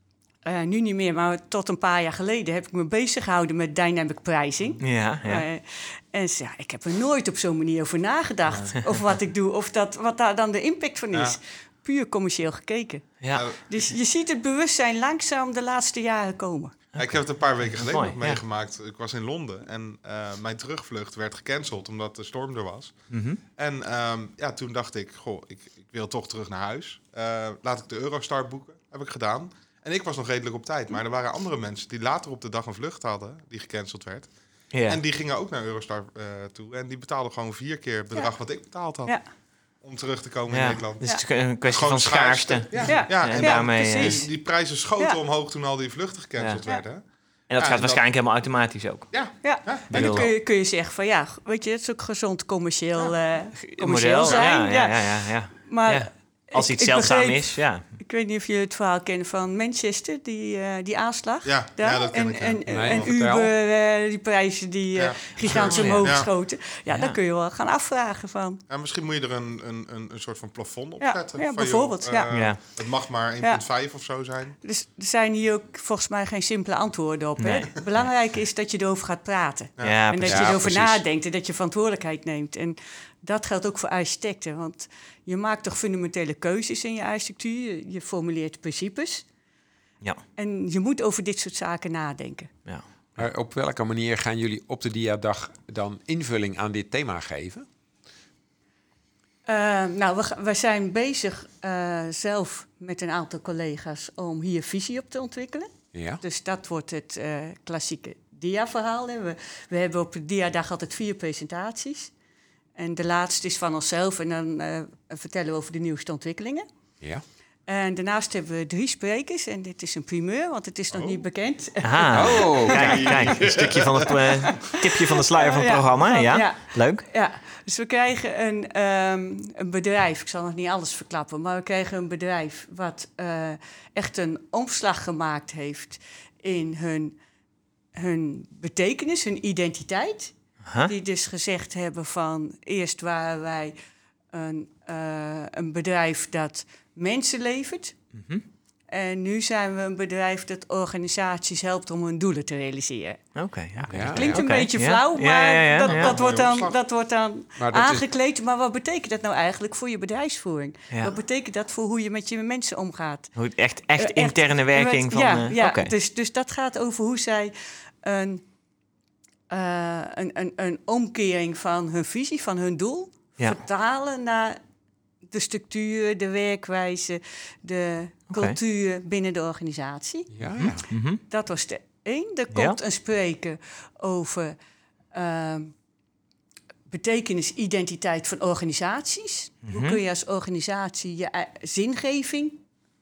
uh, nu niet meer, maar tot een paar jaar geleden heb ik me bezig gehouden met dynamic pricing. Ja, ja. Uh, en ze zei, ik heb er nooit op zo'n manier over nagedacht. Of wat ik doe, of dat, wat daar dan de impact van is. Ja. Puur commercieel gekeken. Ja. Uh, Dus je ziet het bewustzijn langzaam de laatste jaren komen. Ja, ik heb het een paar weken geleden Mooi, nog ja. meegemaakt. Ik was in Londen en uh, mijn terugvlucht werd gecanceld omdat de storm er was. Mhm. En um, ja, toen dacht ik, goh, ik, ik wil toch terug naar huis. Uh, laat ik de Eurostar boeken. Heb ik gedaan. En ik was nog redelijk op tijd. Maar er waren andere mensen die later op de dag een vlucht hadden die gecanceld werd. Ja. En die gingen ook naar Eurostar uh, toe. En die betaalden gewoon vier keer het bedrag Ja. wat ik betaald had. Ja. Om terug te komen in Ja. Nederland. Dus het is een kwestie Gewoon van schaarste. Ja, Ja. ja. En en Ja, daarmee... eh, precies. die, die prijzen schoten Ja. omhoog toen al die vluchten gecanceld Ja. werden. En dat Ja, gaat en waarschijnlijk helemaal automatisch ook. Ja, Ja, ja. en bedoel- dan kun je, kun je zeggen van ja, weet je, het is ook gezond commercieel, uh, Een commercieel model, zijn. ja, ja, ja, ja, ja. Maar Ja. Als ik- iets ik zeldzaam begreep- is, ja. Ik Ik weet niet of jullie het verhaal kennen van Manchester, die, uh, die aanslag. Ja, daar. ja, dat ken en, ik. Ja. En, Nee, en vertel. Uber, uh, die prijzen die uh, Ja. gigantisch Oh, ja. omhoog Ja. geschoten. Ja, Ja. dan kun je wel gaan afvragen van... Ja, misschien moet je er een, een, een, een soort van plafond op Ja, zetten. ja, van, bijvoorbeeld, joh, ja. eh, Ja. Het mag maar één komma vijf of zo zijn. Dus er zijn hier ook volgens mij geen simpele antwoorden op. Hè? Nee. Het belangrijke is dat je erover gaat praten. Ja. Ja, en dat precies. je Ja, erover precies. nadenkt en dat je verantwoordelijkheid neemt. En dat geldt ook voor architecten. Want je maakt toch fundamentele keuzes in je architectuur. Je, je formuleert principes. Ja. En je moet over dit soort zaken nadenken. Ja. Maar op welke manier gaan jullie op de Diadag dan invulling aan dit thema geven? Uh, nou, we, we zijn bezig uh, zelf met een aantal collega's om hier visie op te ontwikkelen. Ja. Dus dat wordt het uh, klassieke dia-verhaal. Hè. We, we hebben op de dia-dag altijd vier presentaties. En de laatste is van onszelf en dan uh, vertellen we over de nieuwste ontwikkelingen. Ja. En daarnaast hebben we drie sprekers. En dit is een primeur, want het is nog Oh. niet bekend. Aha. Oh, Kijk, kijk, een stukje van het uh, tipje van de sluier van het Ja, programma. van- Ja, ja. leuk. Ja, dus we krijgen een, um, een bedrijf, ik zal nog niet alles verklappen, maar we krijgen een bedrijf wat uh, echt een omslag gemaakt heeft in hun, hun betekenis, hun identiteit. Huh? Die dus gezegd hebben van eerst waren wij een, uh, een bedrijf dat mensen levert. Mhm. En nu zijn we een bedrijf dat organisaties helpt om hun doelen te realiseren. Oké, ja. Ja. Klinkt een Oké, beetje ja. flauw, Ja, maar ja, ja, dat, ja. dat wordt Mooie dan, opslag. dat wordt dan Maar dat is- aangekleed. Maar wat betekent dat nou eigenlijk voor je bedrijfsvoering? Ja. Wat betekent dat voor hoe je met je mensen omgaat? Hoe het echt, echt Eh, interne werking met- van... Ja, eh, ja. oké. Dus, dus dat gaat over hoe zij een, uh, een, een, een omkering van hun visie, van hun doel... Ja. vertalen naar de structuur, de werkwijze, de Oké. cultuur binnen de organisatie. Ja, ja. Mhm. Dat was de één. Er Ja. komt een spreker over uh, betekenis, identiteit van organisaties. Hoe Mhm. kun je als organisatie je ei- zingeving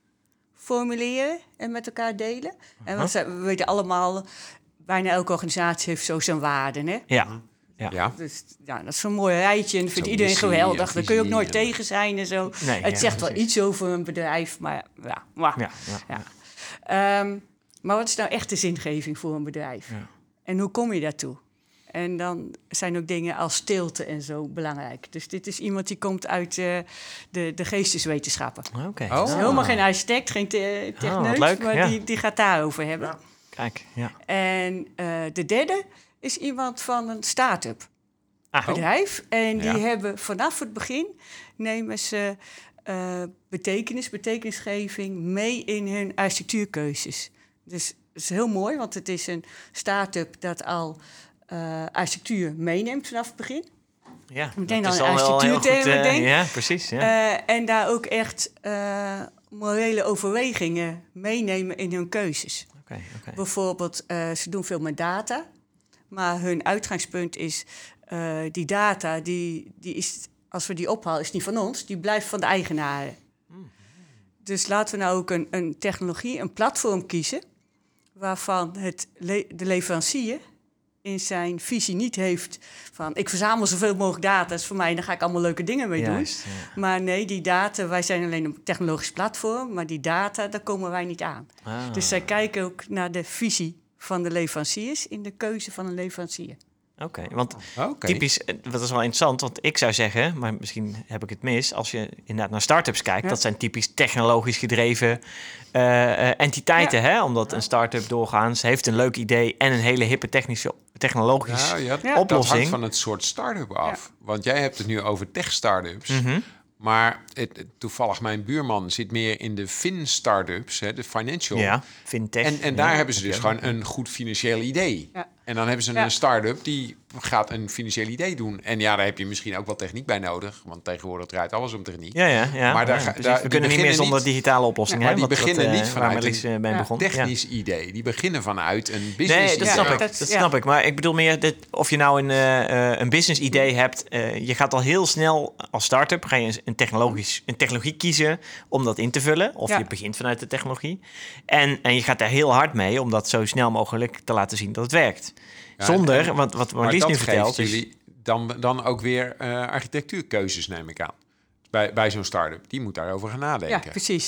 formuleren en met elkaar delen? En we, zijn- we weten allemaal, bijna elke organisatie heeft zo zijn waarden. Hè? Ja. Ja. Ja. Dus ja, dat is zo'n mooi rijtje en dat vindt Zo'n iedereen missie geweldig. en Daar kun je ook visie nooit en- tegen zijn en zo. Nee, Het ja, zegt wel precies. iets over een bedrijf, maar ja. maar- Ja, ja. ja. Um, maar wat is nou echt de zingeving voor een bedrijf? Ja. En hoe kom je daartoe? En dan zijn ook dingen als stilte en zo belangrijk. Dus dit is iemand die komt uit uh, de, de geesteswetenschappen. Oké. Oh. Dus Ah. helemaal geen architect, geen te- wat techneut, leuk, maar ja. die, die gaat daarover hebben. Ja. Kijk, ja. En uh, de derde is iemand van een start-up Ah, bedrijf. En die Ja. hebben vanaf het begin nemen ze uh, betekenis, betekenisgeving mee in hun architectuurkeuzes. Dus het is heel mooi, want het is een start-up dat al uh, architectuur meeneemt vanaf het begin. ja. Meteen dat al is aan al wel heel architectuurtermen goed, eh, denkt. Ja, precies. Ja. Uh, en daar ook echt uh, morele overwegingen meenemen in hun keuzes. Oké, oké. Bijvoorbeeld, uh, ze doen veel met data. Maar hun uitgangspunt is, uh, die data, die, die is, als we die ophalen, is niet van ons. Die blijft van de eigenaren. Mm. Dus laten we nou ook een, een technologie, een platform kiezen... waarvan het le- de leverancier in zijn visie niet heeft van... ik verzamel zoveel mogelijk data, dat is voor mij... en daar ga ik allemaal leuke dingen mee Juist, doen. ja. Maar nee, die data, wij zijn alleen een technologisch platform... maar die data, daar komen wij niet aan. Ah. Dus zij kijken ook naar de visie van de leveranciers... in de keuze van een leverancier. Oké, want Oké. typisch, eh, dat is wel interessant, want ik zou zeggen, maar misschien heb ik het mis, als je inderdaad naar start-ups kijkt, Ja. dat zijn typisch technologisch gedreven uh, uh, entiteiten, Ja. hè? Omdat een start-up doorgaans heeft een leuk idee en een hele hippe technische, technologische Ja, ja, Ja. dat oplossing. hangt van het soort start-up af. Want jij hebt het nu over tech-startups. Mhm. Maar het, het- toevallig, mijn buurman zit meer in de fin-startups, hè, de financial. Ja, fintech. En, en daar ja, hebben ze dus oké. gewoon een goed financieel idee. Ja. En dan hebben ze Ja. een start-up die gaat een financieel idee doen. En ja, daar heb je misschien ook wel techniek bij nodig. Want tegenwoordig draait alles om techniek. Ja, ja, ja. Maar daar ja, ga- precies. daar- We die kunnen niet meer beginnen zonder niet- digitale oplossingen. Ja, hè, maar die wat- beginnen wat, niet eh, vanuit waar Marlies, een eh, bij ja, begon. Technisch idee. Die beginnen vanuit een business Nee, idee. dat Ja, snap ik. dat- Dat ja. snap ik. Maar ik bedoel meer, dat of je nou een, eh, eh, een business idee hebt, eh, je gaat al heel snel als start-up, ga je een, technologisch, een technologie kiezen om dat in te vullen. Of Ja. je begint vanuit de technologie. En, en je gaat daar heel hard mee om dat zo snel mogelijk te laten zien dat het werkt. Ja, Zonder, en- want wat Maar Marlies dat nu geeft vertelt, is... jullie dan, dan ook weer uh, architectuurkeuzes, neem ik aan. Bij, bij zo'n start-up. Die moet daarover gaan Ja, nadenken. precies.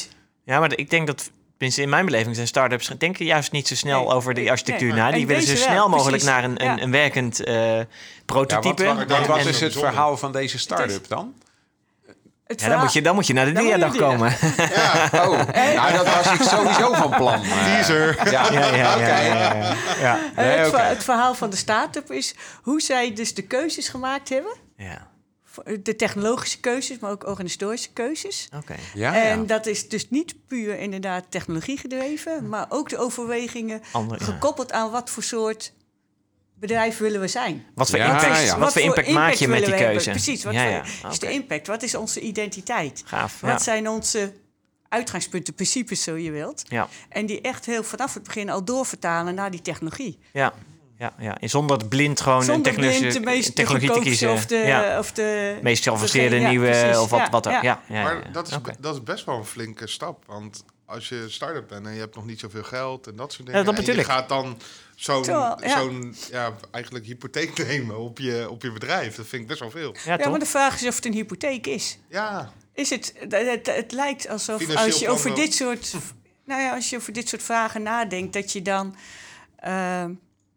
Ja, maar ik denk dat, tenminste in mijn beleving, zijn start-ups denken juist niet zo snel Nee, over die architectuur nee. na. En Die willen zo deze snel wel, mogelijk precies. naar een, een, Ja. een werkend uh, prototype. Ja, wat wat, En- wat is en- het verhaal van deze start-up dan? Het Ja, dan, moet je, dan moet je naar de Dan moet je diadag die- komen. Ja, oh. Nou, dat was ik sowieso van plan. Uh, Teaser. Ja, Ja, ja, ja, oké. ja, ja, ja. Ja. Eh, Nee, het, oké. verha- het verhaal van de start-up is hoe zij dus de keuzes gemaakt hebben. Ja, De technologische keuzes, maar ook organisatorische keuzes. oké. Ja, En ja. dat is dus niet puur inderdaad technologie gedreven, maar ook de overwegingen Andere- ja. gekoppeld aan wat voor soort bedrijf willen we zijn. Wat voor Ja, impact, ja. wat voor impact maak je met willen die we hebben? keuze? Precies, wat ja, voor, ja. is Oké. de impact? Wat is onze identiteit? Gaaf. Wat Ja. zijn onze uitgangspunten, principes, zo je wilt? Ja. En die echt heel vanaf het begin al doorvertalen naar die technologie. Ja. Ja, ja. En zonder het blind gewoon een Zonder technologie, blind de meest technologie te goedkoopste kiezen. of de, ja. of de meest geavanceerde degene- ja, nieuwe precies. of wat, Ja, wat er. Ja. Ja, ja, Maar ja. dat is, Oké. dat is best wel een flinke stap. Want als je start-up bent en je hebt nog niet zoveel geld en dat soort Ja, dingen. dat en bedoel je ik. gaat dan zo'n Terwijl, ja. zo'n ja, eigenlijk hypotheek nemen op je, op je bedrijf. Dat vind ik best wel veel. Ja, Ja, toch? maar de vraag is of het een hypotheek is. Ja, Is het, het, het, het lijkt alsof Financieel als je plan over wel. dit soort, nou ja, als je over dit soort vragen nadenkt, dat je dan, ehm,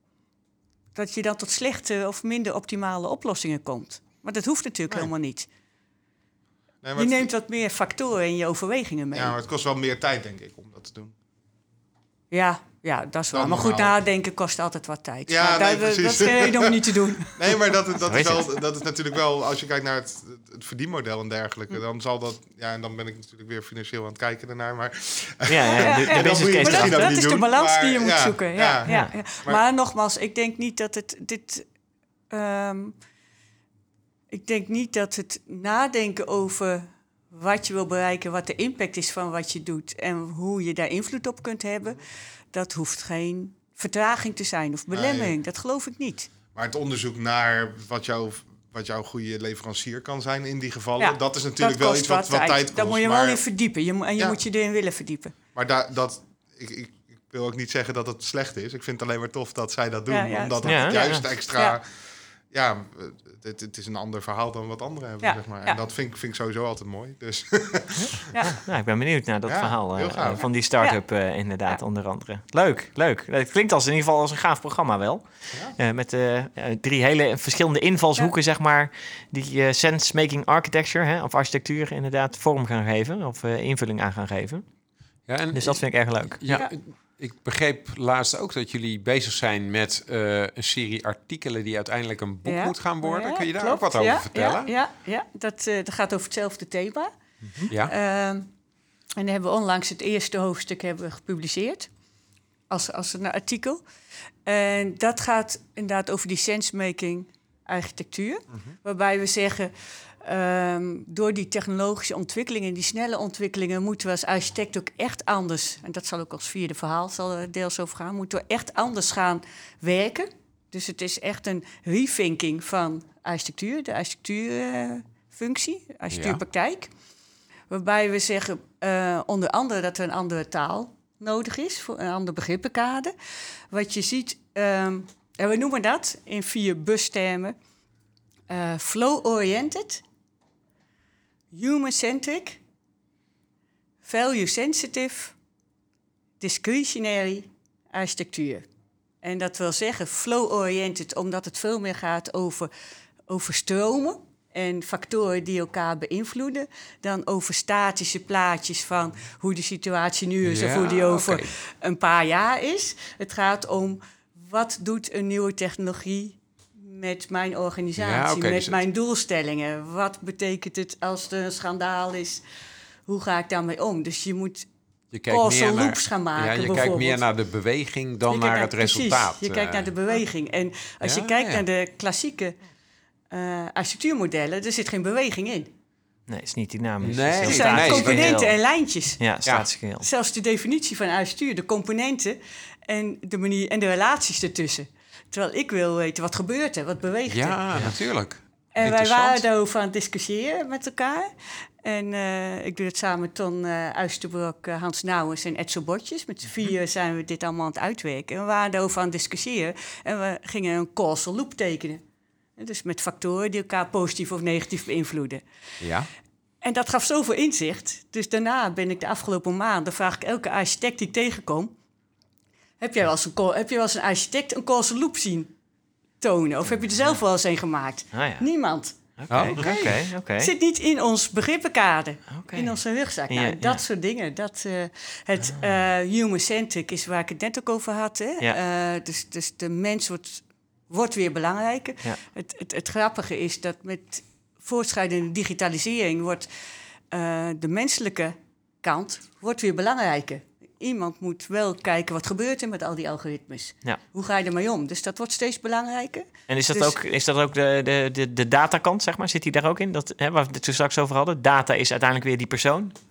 dat je dan tot slechte of minder optimale oplossingen komt. Maar dat hoeft natuurlijk Nee. helemaal niet. nee, maar Je het, neemt wat meer factoren in je overwegingen mee. ja, Ja, maar het kost wel meer tijd, denk ik, om dat te doen. ja, dat is waar. Dan Maar goed, normaal. nadenken kost altijd wat tijd. Ja, Maar nee, daar- dat precies. is geen reden om het niet te doen. Nee, maar dat, dat, Zo is is wel, dat is natuurlijk wel, als je kijkt naar het, het verdienmodel en dergelijke, dan zal dat, ja, en dan ben ik natuurlijk weer financieel aan het kijken ernaar, maar Ja, ja, Ja, de, ja. de Dan business moet je case Maar misschien dat, ook dat niet is de doen, balans maar die je moet ja, zoeken. Ja, ja. ja, ja. Maar- Maar, nogmaals, ik denk niet dat het dit. ehm, ik denk niet dat het nadenken over wat je wil bereiken, wat de impact is van wat je doet en hoe je daar invloed op kunt hebben, dat hoeft geen vertraging te zijn of belemmering. Nee. Dat geloof ik niet. Maar het onderzoek naar wat jouw, wat jouw goede leverancier kan zijn in die gevallen, Ja, dat is natuurlijk wel kost iets wat, wat tijd kost. Daar moet je maar, wel in verdiepen. Je, moet- en je Ja. moet je erin willen verdiepen. maar daar dat, ik, ik, ik wil ook niet zeggen dat het slecht is. Ik vind het alleen maar tof dat zij dat doen, Ja, ja, omdat ja. het Ja, juist ja. extra... Ja. Ja, het, het is een ander verhaal dan wat anderen hebben, Ja, zeg maar. ja. En dat vind, ik- vind ik sowieso altijd mooi. Dus Ja. Nou, ik ben benieuwd naar dat Ja, verhaal heel eh, gaaf. van die start-up eh, inderdaad, Ja. onder andere. Leuk, leuk. Het klinkt als in ieder geval als een gaaf programma wel. Eh, met eh, eh, drie hele verschillende invalshoeken, zeg maar, die eh, sense-making architecture, hè, of architectuur inderdaad, vorm gaan geven, of eh, invulling aan gaan geven. Ja, en Dus dat vind ik erg leuk. Ja, ik begreep laatst ook dat jullie bezig zijn met eh, een serie artikelen die uiteindelijk een boek Ja. moet gaan worden. Ja, Kun je daar klopt. ook wat over Ja, vertellen? Ja, ja, ja. Dat, eh, dat gaat over hetzelfde thema. Ja. Ehm, en dan hebben we onlangs het eerste hoofdstuk hebben we gepubliceerd als, als een artikel. En dat gaat inderdaad over die sensemaking architectuur. Waarbij we zeggen, ehm, door die technologische ontwikkelingen, die snelle ontwikkelingen, moeten we als architect ook echt anders, en dat zal ook als vierde verhaal zal er deels over gaan, moeten we echt anders gaan werken. Dus het is echt een rethinking van architectuur, de architectuurfunctie, uh, architectuurpraktijk. Waarbij we zeggen, uh, onder andere dat er een andere taal nodig is, voor een ander begrippenkader. Wat je ziet, um, en we noemen dat in vier bustermen, uh, flow-oriented, human-centric, value-sensitive, discretionary architectuur. En dat wil zeggen flow-oriented, omdat het veel meer gaat over, over stromen en factoren die elkaar beïnvloeden, dan over statische plaatjes van hoe de situatie nu is, ja, of hoe die over okay. een paar jaar is. Het gaat om wat doet een nieuwe technologie met mijn organisatie, ja, okay, met dus mijn het... doelstellingen. Wat betekent het als er een schandaal is? Hoe ga ik daarmee om? Dus je moet je kijkt meer naar, loops gaan maken. Ja, je kijkt meer naar de beweging dan naar, naar het precies, resultaat. Je kijkt naar de beweging. En als ja, je kijkt ja. naar de klassieke uh, architectuurmodellen, er zit geen beweging in. Nee, het is niet dynamisch. Nee, het er zijn nee, componenten geheel. en lijntjes. Ja, statisch geheel. Zelfs de definitie van architectuur, de componenten en de manier en de relaties ertussen. Terwijl ik wil weten, wat gebeurt er? Wat beweegt ja, er? Ja, natuurlijk. En wij waren daarover aan het discussiëren met elkaar. En uh, ik doe het samen met Ton uh, Uisterbrok, uh, Hans Nouwens en Edsel Botjes. Met z'n vier zijn we dit allemaal aan het uitwerken. En we waren daarover aan het discussiëren. En we gingen een causal loop tekenen. Dus met factoren die elkaar positief of negatief beïnvloeden. Ja. En dat gaf zoveel inzicht. Dus daarna ben ik de afgelopen maanden... vraag ik elke architect die ik tegenkom... heb jij wel eens een, ko- heb je wel eens een architect een causal loop zien tonen? Of heb je er zelf wel eens een gemaakt? Ah, ja. Niemand. Oké, Oh, oké, oké. Het zit niet in ons begrippenkader. Oké. In onze rugzak. Ja, Nou, ja. dat soort dingen. Dat, uh, het uh, human-centric is waar ik het net ook over had. Hè? Ja. Uh, dus, dus de mens wordt, wordt weer belangrijker. Ja. Het, het, het grappige is dat met voortschrijdende digitalisering... wordt uh, de menselijke kant wordt weer belangrijker. Iemand moet wel kijken wat gebeurt er met al die algoritmes. Ja. Hoe ga je ermee om? Dus dat wordt steeds belangrijker. En is dat Dus- ook, is dat ook de, de, de, de datakant, zeg maar? Zit die daar ook in? Dat, hè, waar we het zo straks over hadden. Data is uiteindelijk weer die persoon. Uh,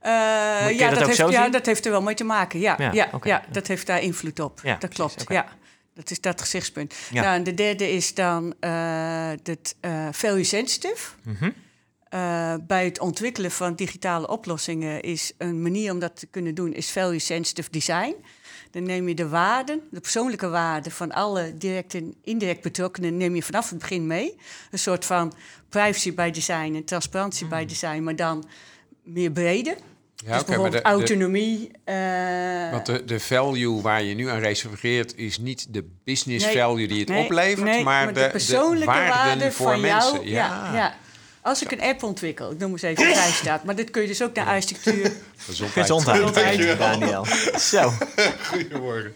je ja, dat dat, ook heeft, zo ja zien? dat heeft er wel mee te maken. Ja, Ja, ja, ja, oké. dat heeft daar invloed op. Ja, dat klopt. precies, oké. Ja. Dat is dat gezichtspunt. Ja. Nou, en de derde is dan uh, het uh, value sensitive. Mhm. Uh, bij het ontwikkelen van digitale oplossingen is een manier om dat te kunnen doen, is value sensitive design. Dan neem je de waarden, de persoonlijke waarden van alle direct en indirect betrokkenen, neem je vanaf het begin mee. Een soort van privacy by design en transparantie by design, maar dan meer breder. Ja, dus oké, bijvoorbeeld maar de- de- autonomie. uh, Want de, de value waar je nu aan reserveert... is niet de business Nee, value die het nee, oplevert... nee, maar, de, persoonlijke de waarden waarde voor van mensen. jou. Ja. Ja. Als ik een app ontwikkel, ik noem eens even een vrijstaat, maar dit kun je dus ook naar architectuur. Gezondheid. Gezondheid, Gezondheid. Daniel. Zo, Goedemorgen.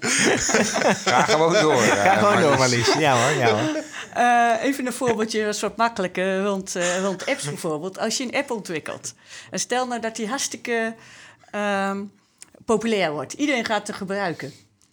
Ga gewoon door. ga eh, gewoon door, Marlies. Marlies. Ja hoor, ja hoor. Uh, even een voorbeeldje, dat is wat makkelijker, rond, uh, rond apps bijvoorbeeld. Als je een app ontwikkelt, en stel nou dat die hartstikke um, populair wordt. Iedereen gaat het gebruiken.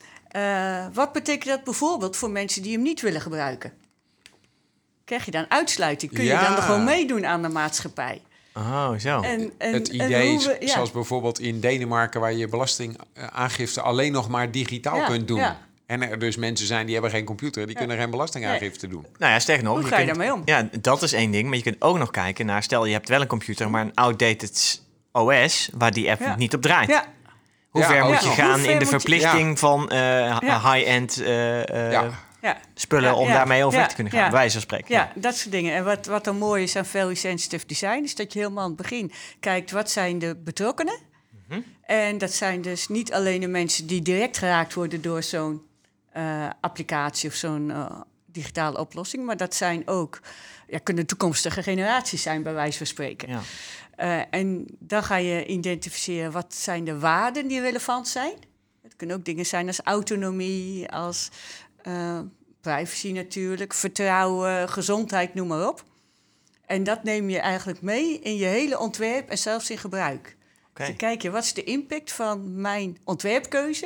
Uh, wat betekent dat bijvoorbeeld voor mensen die hem niet willen gebruiken? Krijg je dan uitsluiting? Kun je Ja. dan er gewoon meedoen aan de maatschappij? Oh, zo. En, en, Het en idee, hoe we- ja. zoals bijvoorbeeld in Denemarken... waar je belastingaangifte alleen nog maar digitaal Ja, kunt doen. ja. En er dus mensen zijn die hebben geen computer... die Ja. kunnen geen belastingaangifte doen. Nou ja, sterker nog. Hoe je ga je kunt- daarmee om? Ja, dat is één ding. Maar je kunt ook nog kijken naar... Stel, je hebt wel een computer, maar een outdated O S... waar die app Ja. niet op draait. Ja, Ja, Hoe ver ook moet je nog. gaan Hoe ver in de moet je- verplichting van eh, Ja. high-end eh, eh, Ja. ja. spullen... Ja, om ja, daarmee overweg ja, te kunnen gaan, ja. bij wijze van spreken. Ja, dat soort dingen. En wat, wat dan mooi is aan value sensitive design... is dat je helemaal aan het begin kijkt... wat zijn de betrokkenen? Mhm. En dat zijn dus niet alleen de mensen... die direct geraakt worden door zo'n uh, applicatie... of zo'n uh, digitale oplossing. Maar dat zijn ook... Ja, kunnen toekomstige generaties zijn, bij wijze van spreken. Ja. Uh, en dan ga je identificeren... wat zijn de waarden die relevant zijn. Het kunnen ook dingen zijn als autonomie... als uh, privacy natuurlijk, vertrouwen, gezondheid, noem maar op. En dat neem je eigenlijk mee in je hele ontwerp en zelfs in gebruik. Oké. Dan kijk je, wat is de impact van mijn ontwerpkeuze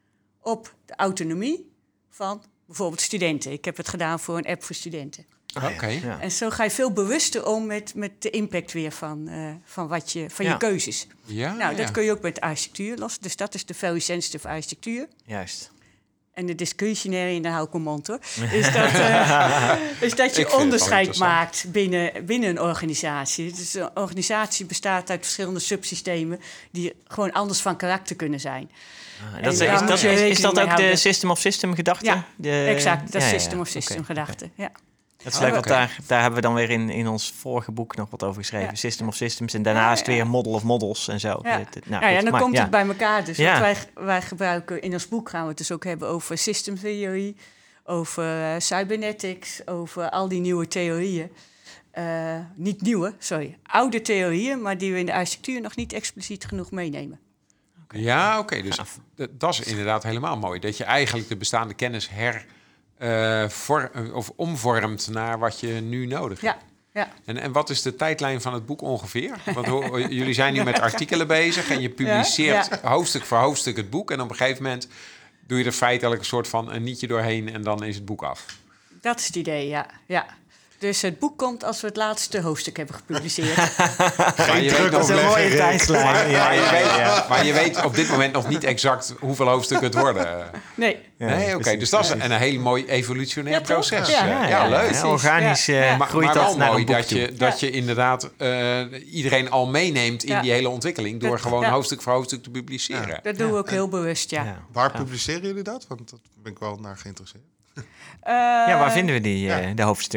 op de autonomie van bijvoorbeeld studenten. Ik heb het gedaan voor een app voor studenten. Oké. Ja. En zo ga je veel bewuster om met, met de impact weer van, uh, van, wat je, van Ja. je keuzes. Ja, nou, dat ja. kun je ook met architectuur los. Dus dat is de value sensitive architectuur. Juist. En de discretionary, en dan hou ik mijn mond hoor, is dat, uh, is dat Ik vind je het wel onderscheid interessant. maakt binnen, binnen een organisatie. Dus een organisatie bestaat uit verschillende subsystemen die gewoon anders van karakter kunnen zijn. Ah, dat is, daar is, moet dat, je is, is rekening dat mee ook de houden. system of system gedachte? Ja, De- exact. Dat ja, is ja, system of ja. system Oké, gedachte. oké. Ja. Dat is leuk, want Oké. daar, daar hebben we dan weer in, in ons vorige boek nog wat over geschreven. Ja. System of systems. En daarnaast Ja, ja. weer model of models en zo. Ja. Dit- dit- Nou, ja, goed, dan maar komt ja. het bij elkaar. Dus Ja. wat wij, wij gebruiken in ons boek gaan we het dus ook hebben over system theorie, over uh, cybernetics, over al die nieuwe theorieën. Uh, niet nieuwe, sorry, oude theorieën, maar die we in de architectuur nog niet expliciet genoeg meenemen. Ja, oké. Dus Gaaf. d- dat is inderdaad helemaal mooi. Dat je eigenlijk de bestaande kennis her... eh, vor- eh, of omvormt naar wat je nu nodig hebt. Ja, ja. En, en wat is de tijdlijn van het boek ongeveer? Want ho- jullie zijn nu met artikelen bezig... en je publiceert Ja, hoofdstuk voor hoofdstuk het boek... en op een gegeven moment doe je er feitelijk een soort van een nietje doorheen... en dan is het boek af. Dat is het idee, ja. ja. Dus het boek komt als we het laatste hoofdstuk hebben gepubliceerd. Maar je, weet Dat is nog, een mooie Rick. tijdslijn. maar, Ja, maar je ja, weet, ja. maar je weet op dit moment nog niet exact... hoeveel hoofdstukken het worden. Nee, Ja, Nee, oké. precies, Dus dat is precies. een, een heel mooi evolutionair Ja, toch? proces. Ja, Ja, ja, ja, ja. leuk. precies. Organisch Ja, eh, ja. Maar, groeit maar dat wel naar mooi een boek dat toe. je, dat je inderdaad uh, iedereen al meeneemt in Ja. die hele ontwikkeling... door Dat- gewoon ja. hoofdstuk voor hoofdstuk te publiceren. dat doen we ook heel bewust, ja. Ja. Waar Ja. publiceren jullie dat? Want daar ben ik wel naar geïnteresseerd. Uh, Ja, waar vinden we die, eh, Ja. de hoofdstukken?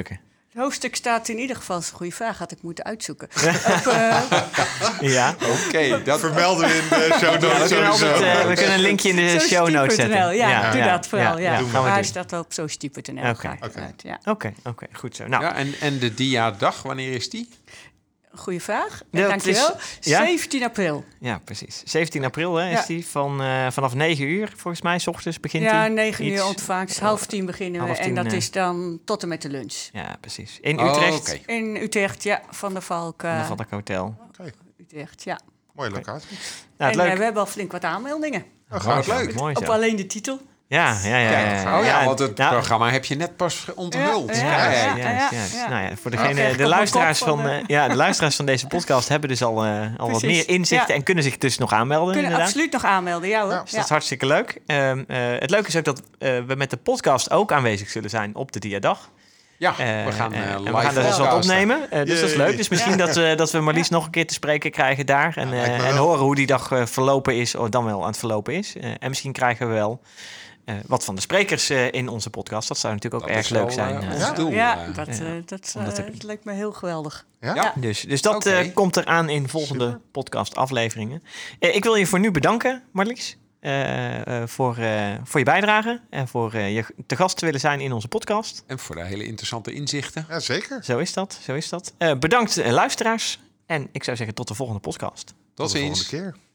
Het hoofdstuk staat in ieder geval, dat is een goede vraag, had ik moeten uitzoeken. Op, uh, Ja. Oké, dat Vermelden we in de show Ja, we, notes kunnen sowieso. altijd, uh, we kunnen een linkje in de show notes zetten. Ja, ja, doe ja, dat vooral. Ja, ja, doen we. gaan we Maar hij doen. staat op society punt n l. Oké. Oké. Ja. Oké, oké, goed zo. Nou, Ja, en, en de dia-dag, wanneer is die? Goeie vraag. Ja, Dank het je is- wel. ja? zeventien april. ja, precies. zeventien april hè, is Ja. die van, uh, vanaf negen uur, volgens mij, 's ochtends begint Ja, die. negen uur Iets- ontvangst. Half tien beginnen we. half tien, en dat eh. is dan tot en met de lunch. Ja, precies. In Oh, Utrecht, oké. In Utrecht, ja. Van der Valk. uh, in de Van der Hotel. Utrecht, ja. Mooie locatie. Nou, en het uh, leuk. we hebben al flink wat aanmeldingen. Oh, wat leuk. Mooi Op zo. alleen de titel. Ja, ja, ja. Kijk, ja, oh ja, want het nou, programma heb je net pas onthuld. Ja, Ja, ja, ja, ja, juist, ja, juist. ja. Nou ja, voor Ja, degene, echt de op mijn luisteraars kop van, van, eh, ja, de luisteraars van deze podcast hebben dus al, uh, al wat Precies, meer inzichten ja. en kunnen zich dus nog aanmelden. Kunnen inderdaad. absoluut nog aanmelden, ja hoor. Ja, Dus dat is hartstikke leuk. Um, uh, het leuke is ook dat uh, we met de podcast ook aanwezig zullen zijn op de Diadag. Ja, Uh, we gaan uh, uh, en live we gaan er dus wat podcasten. opnemen. Uh, dus dat is Yay. leuk. Dus misschien dat, we, dat we Marlies nog een keer te spreken krijgen daar. En, uh, lijkt me en wel. horen hoe die dag uh, verlopen is. Of dan wel aan het verlopen is. Uh, en misschien krijgen we wel uh, wat van de sprekers uh, in onze podcast. Dat zou natuurlijk ook Dat erg is leuk wel, zijn. uh, Uh, ons Ja, doel. ja, uh. dat, Ja. uh, dat, uh, Omdat ik- dat lijkt me heel geweldig. Ja? Ja. Dus, dus dat Oké. uh, komt eraan in volgende Super. podcast-afleveringen. Uh, ik wil je voor nu bedanken, Marlies. Uh, uh, voor, uh, voor je bijdrage en voor uh, je te gast te willen zijn in onze podcast. En voor de hele interessante inzichten. Ja, zeker. Zo is dat, zo is dat. Uh, bedankt uh, luisteraars en ik zou zeggen tot de volgende podcast. Tot de volgende ziens. keer.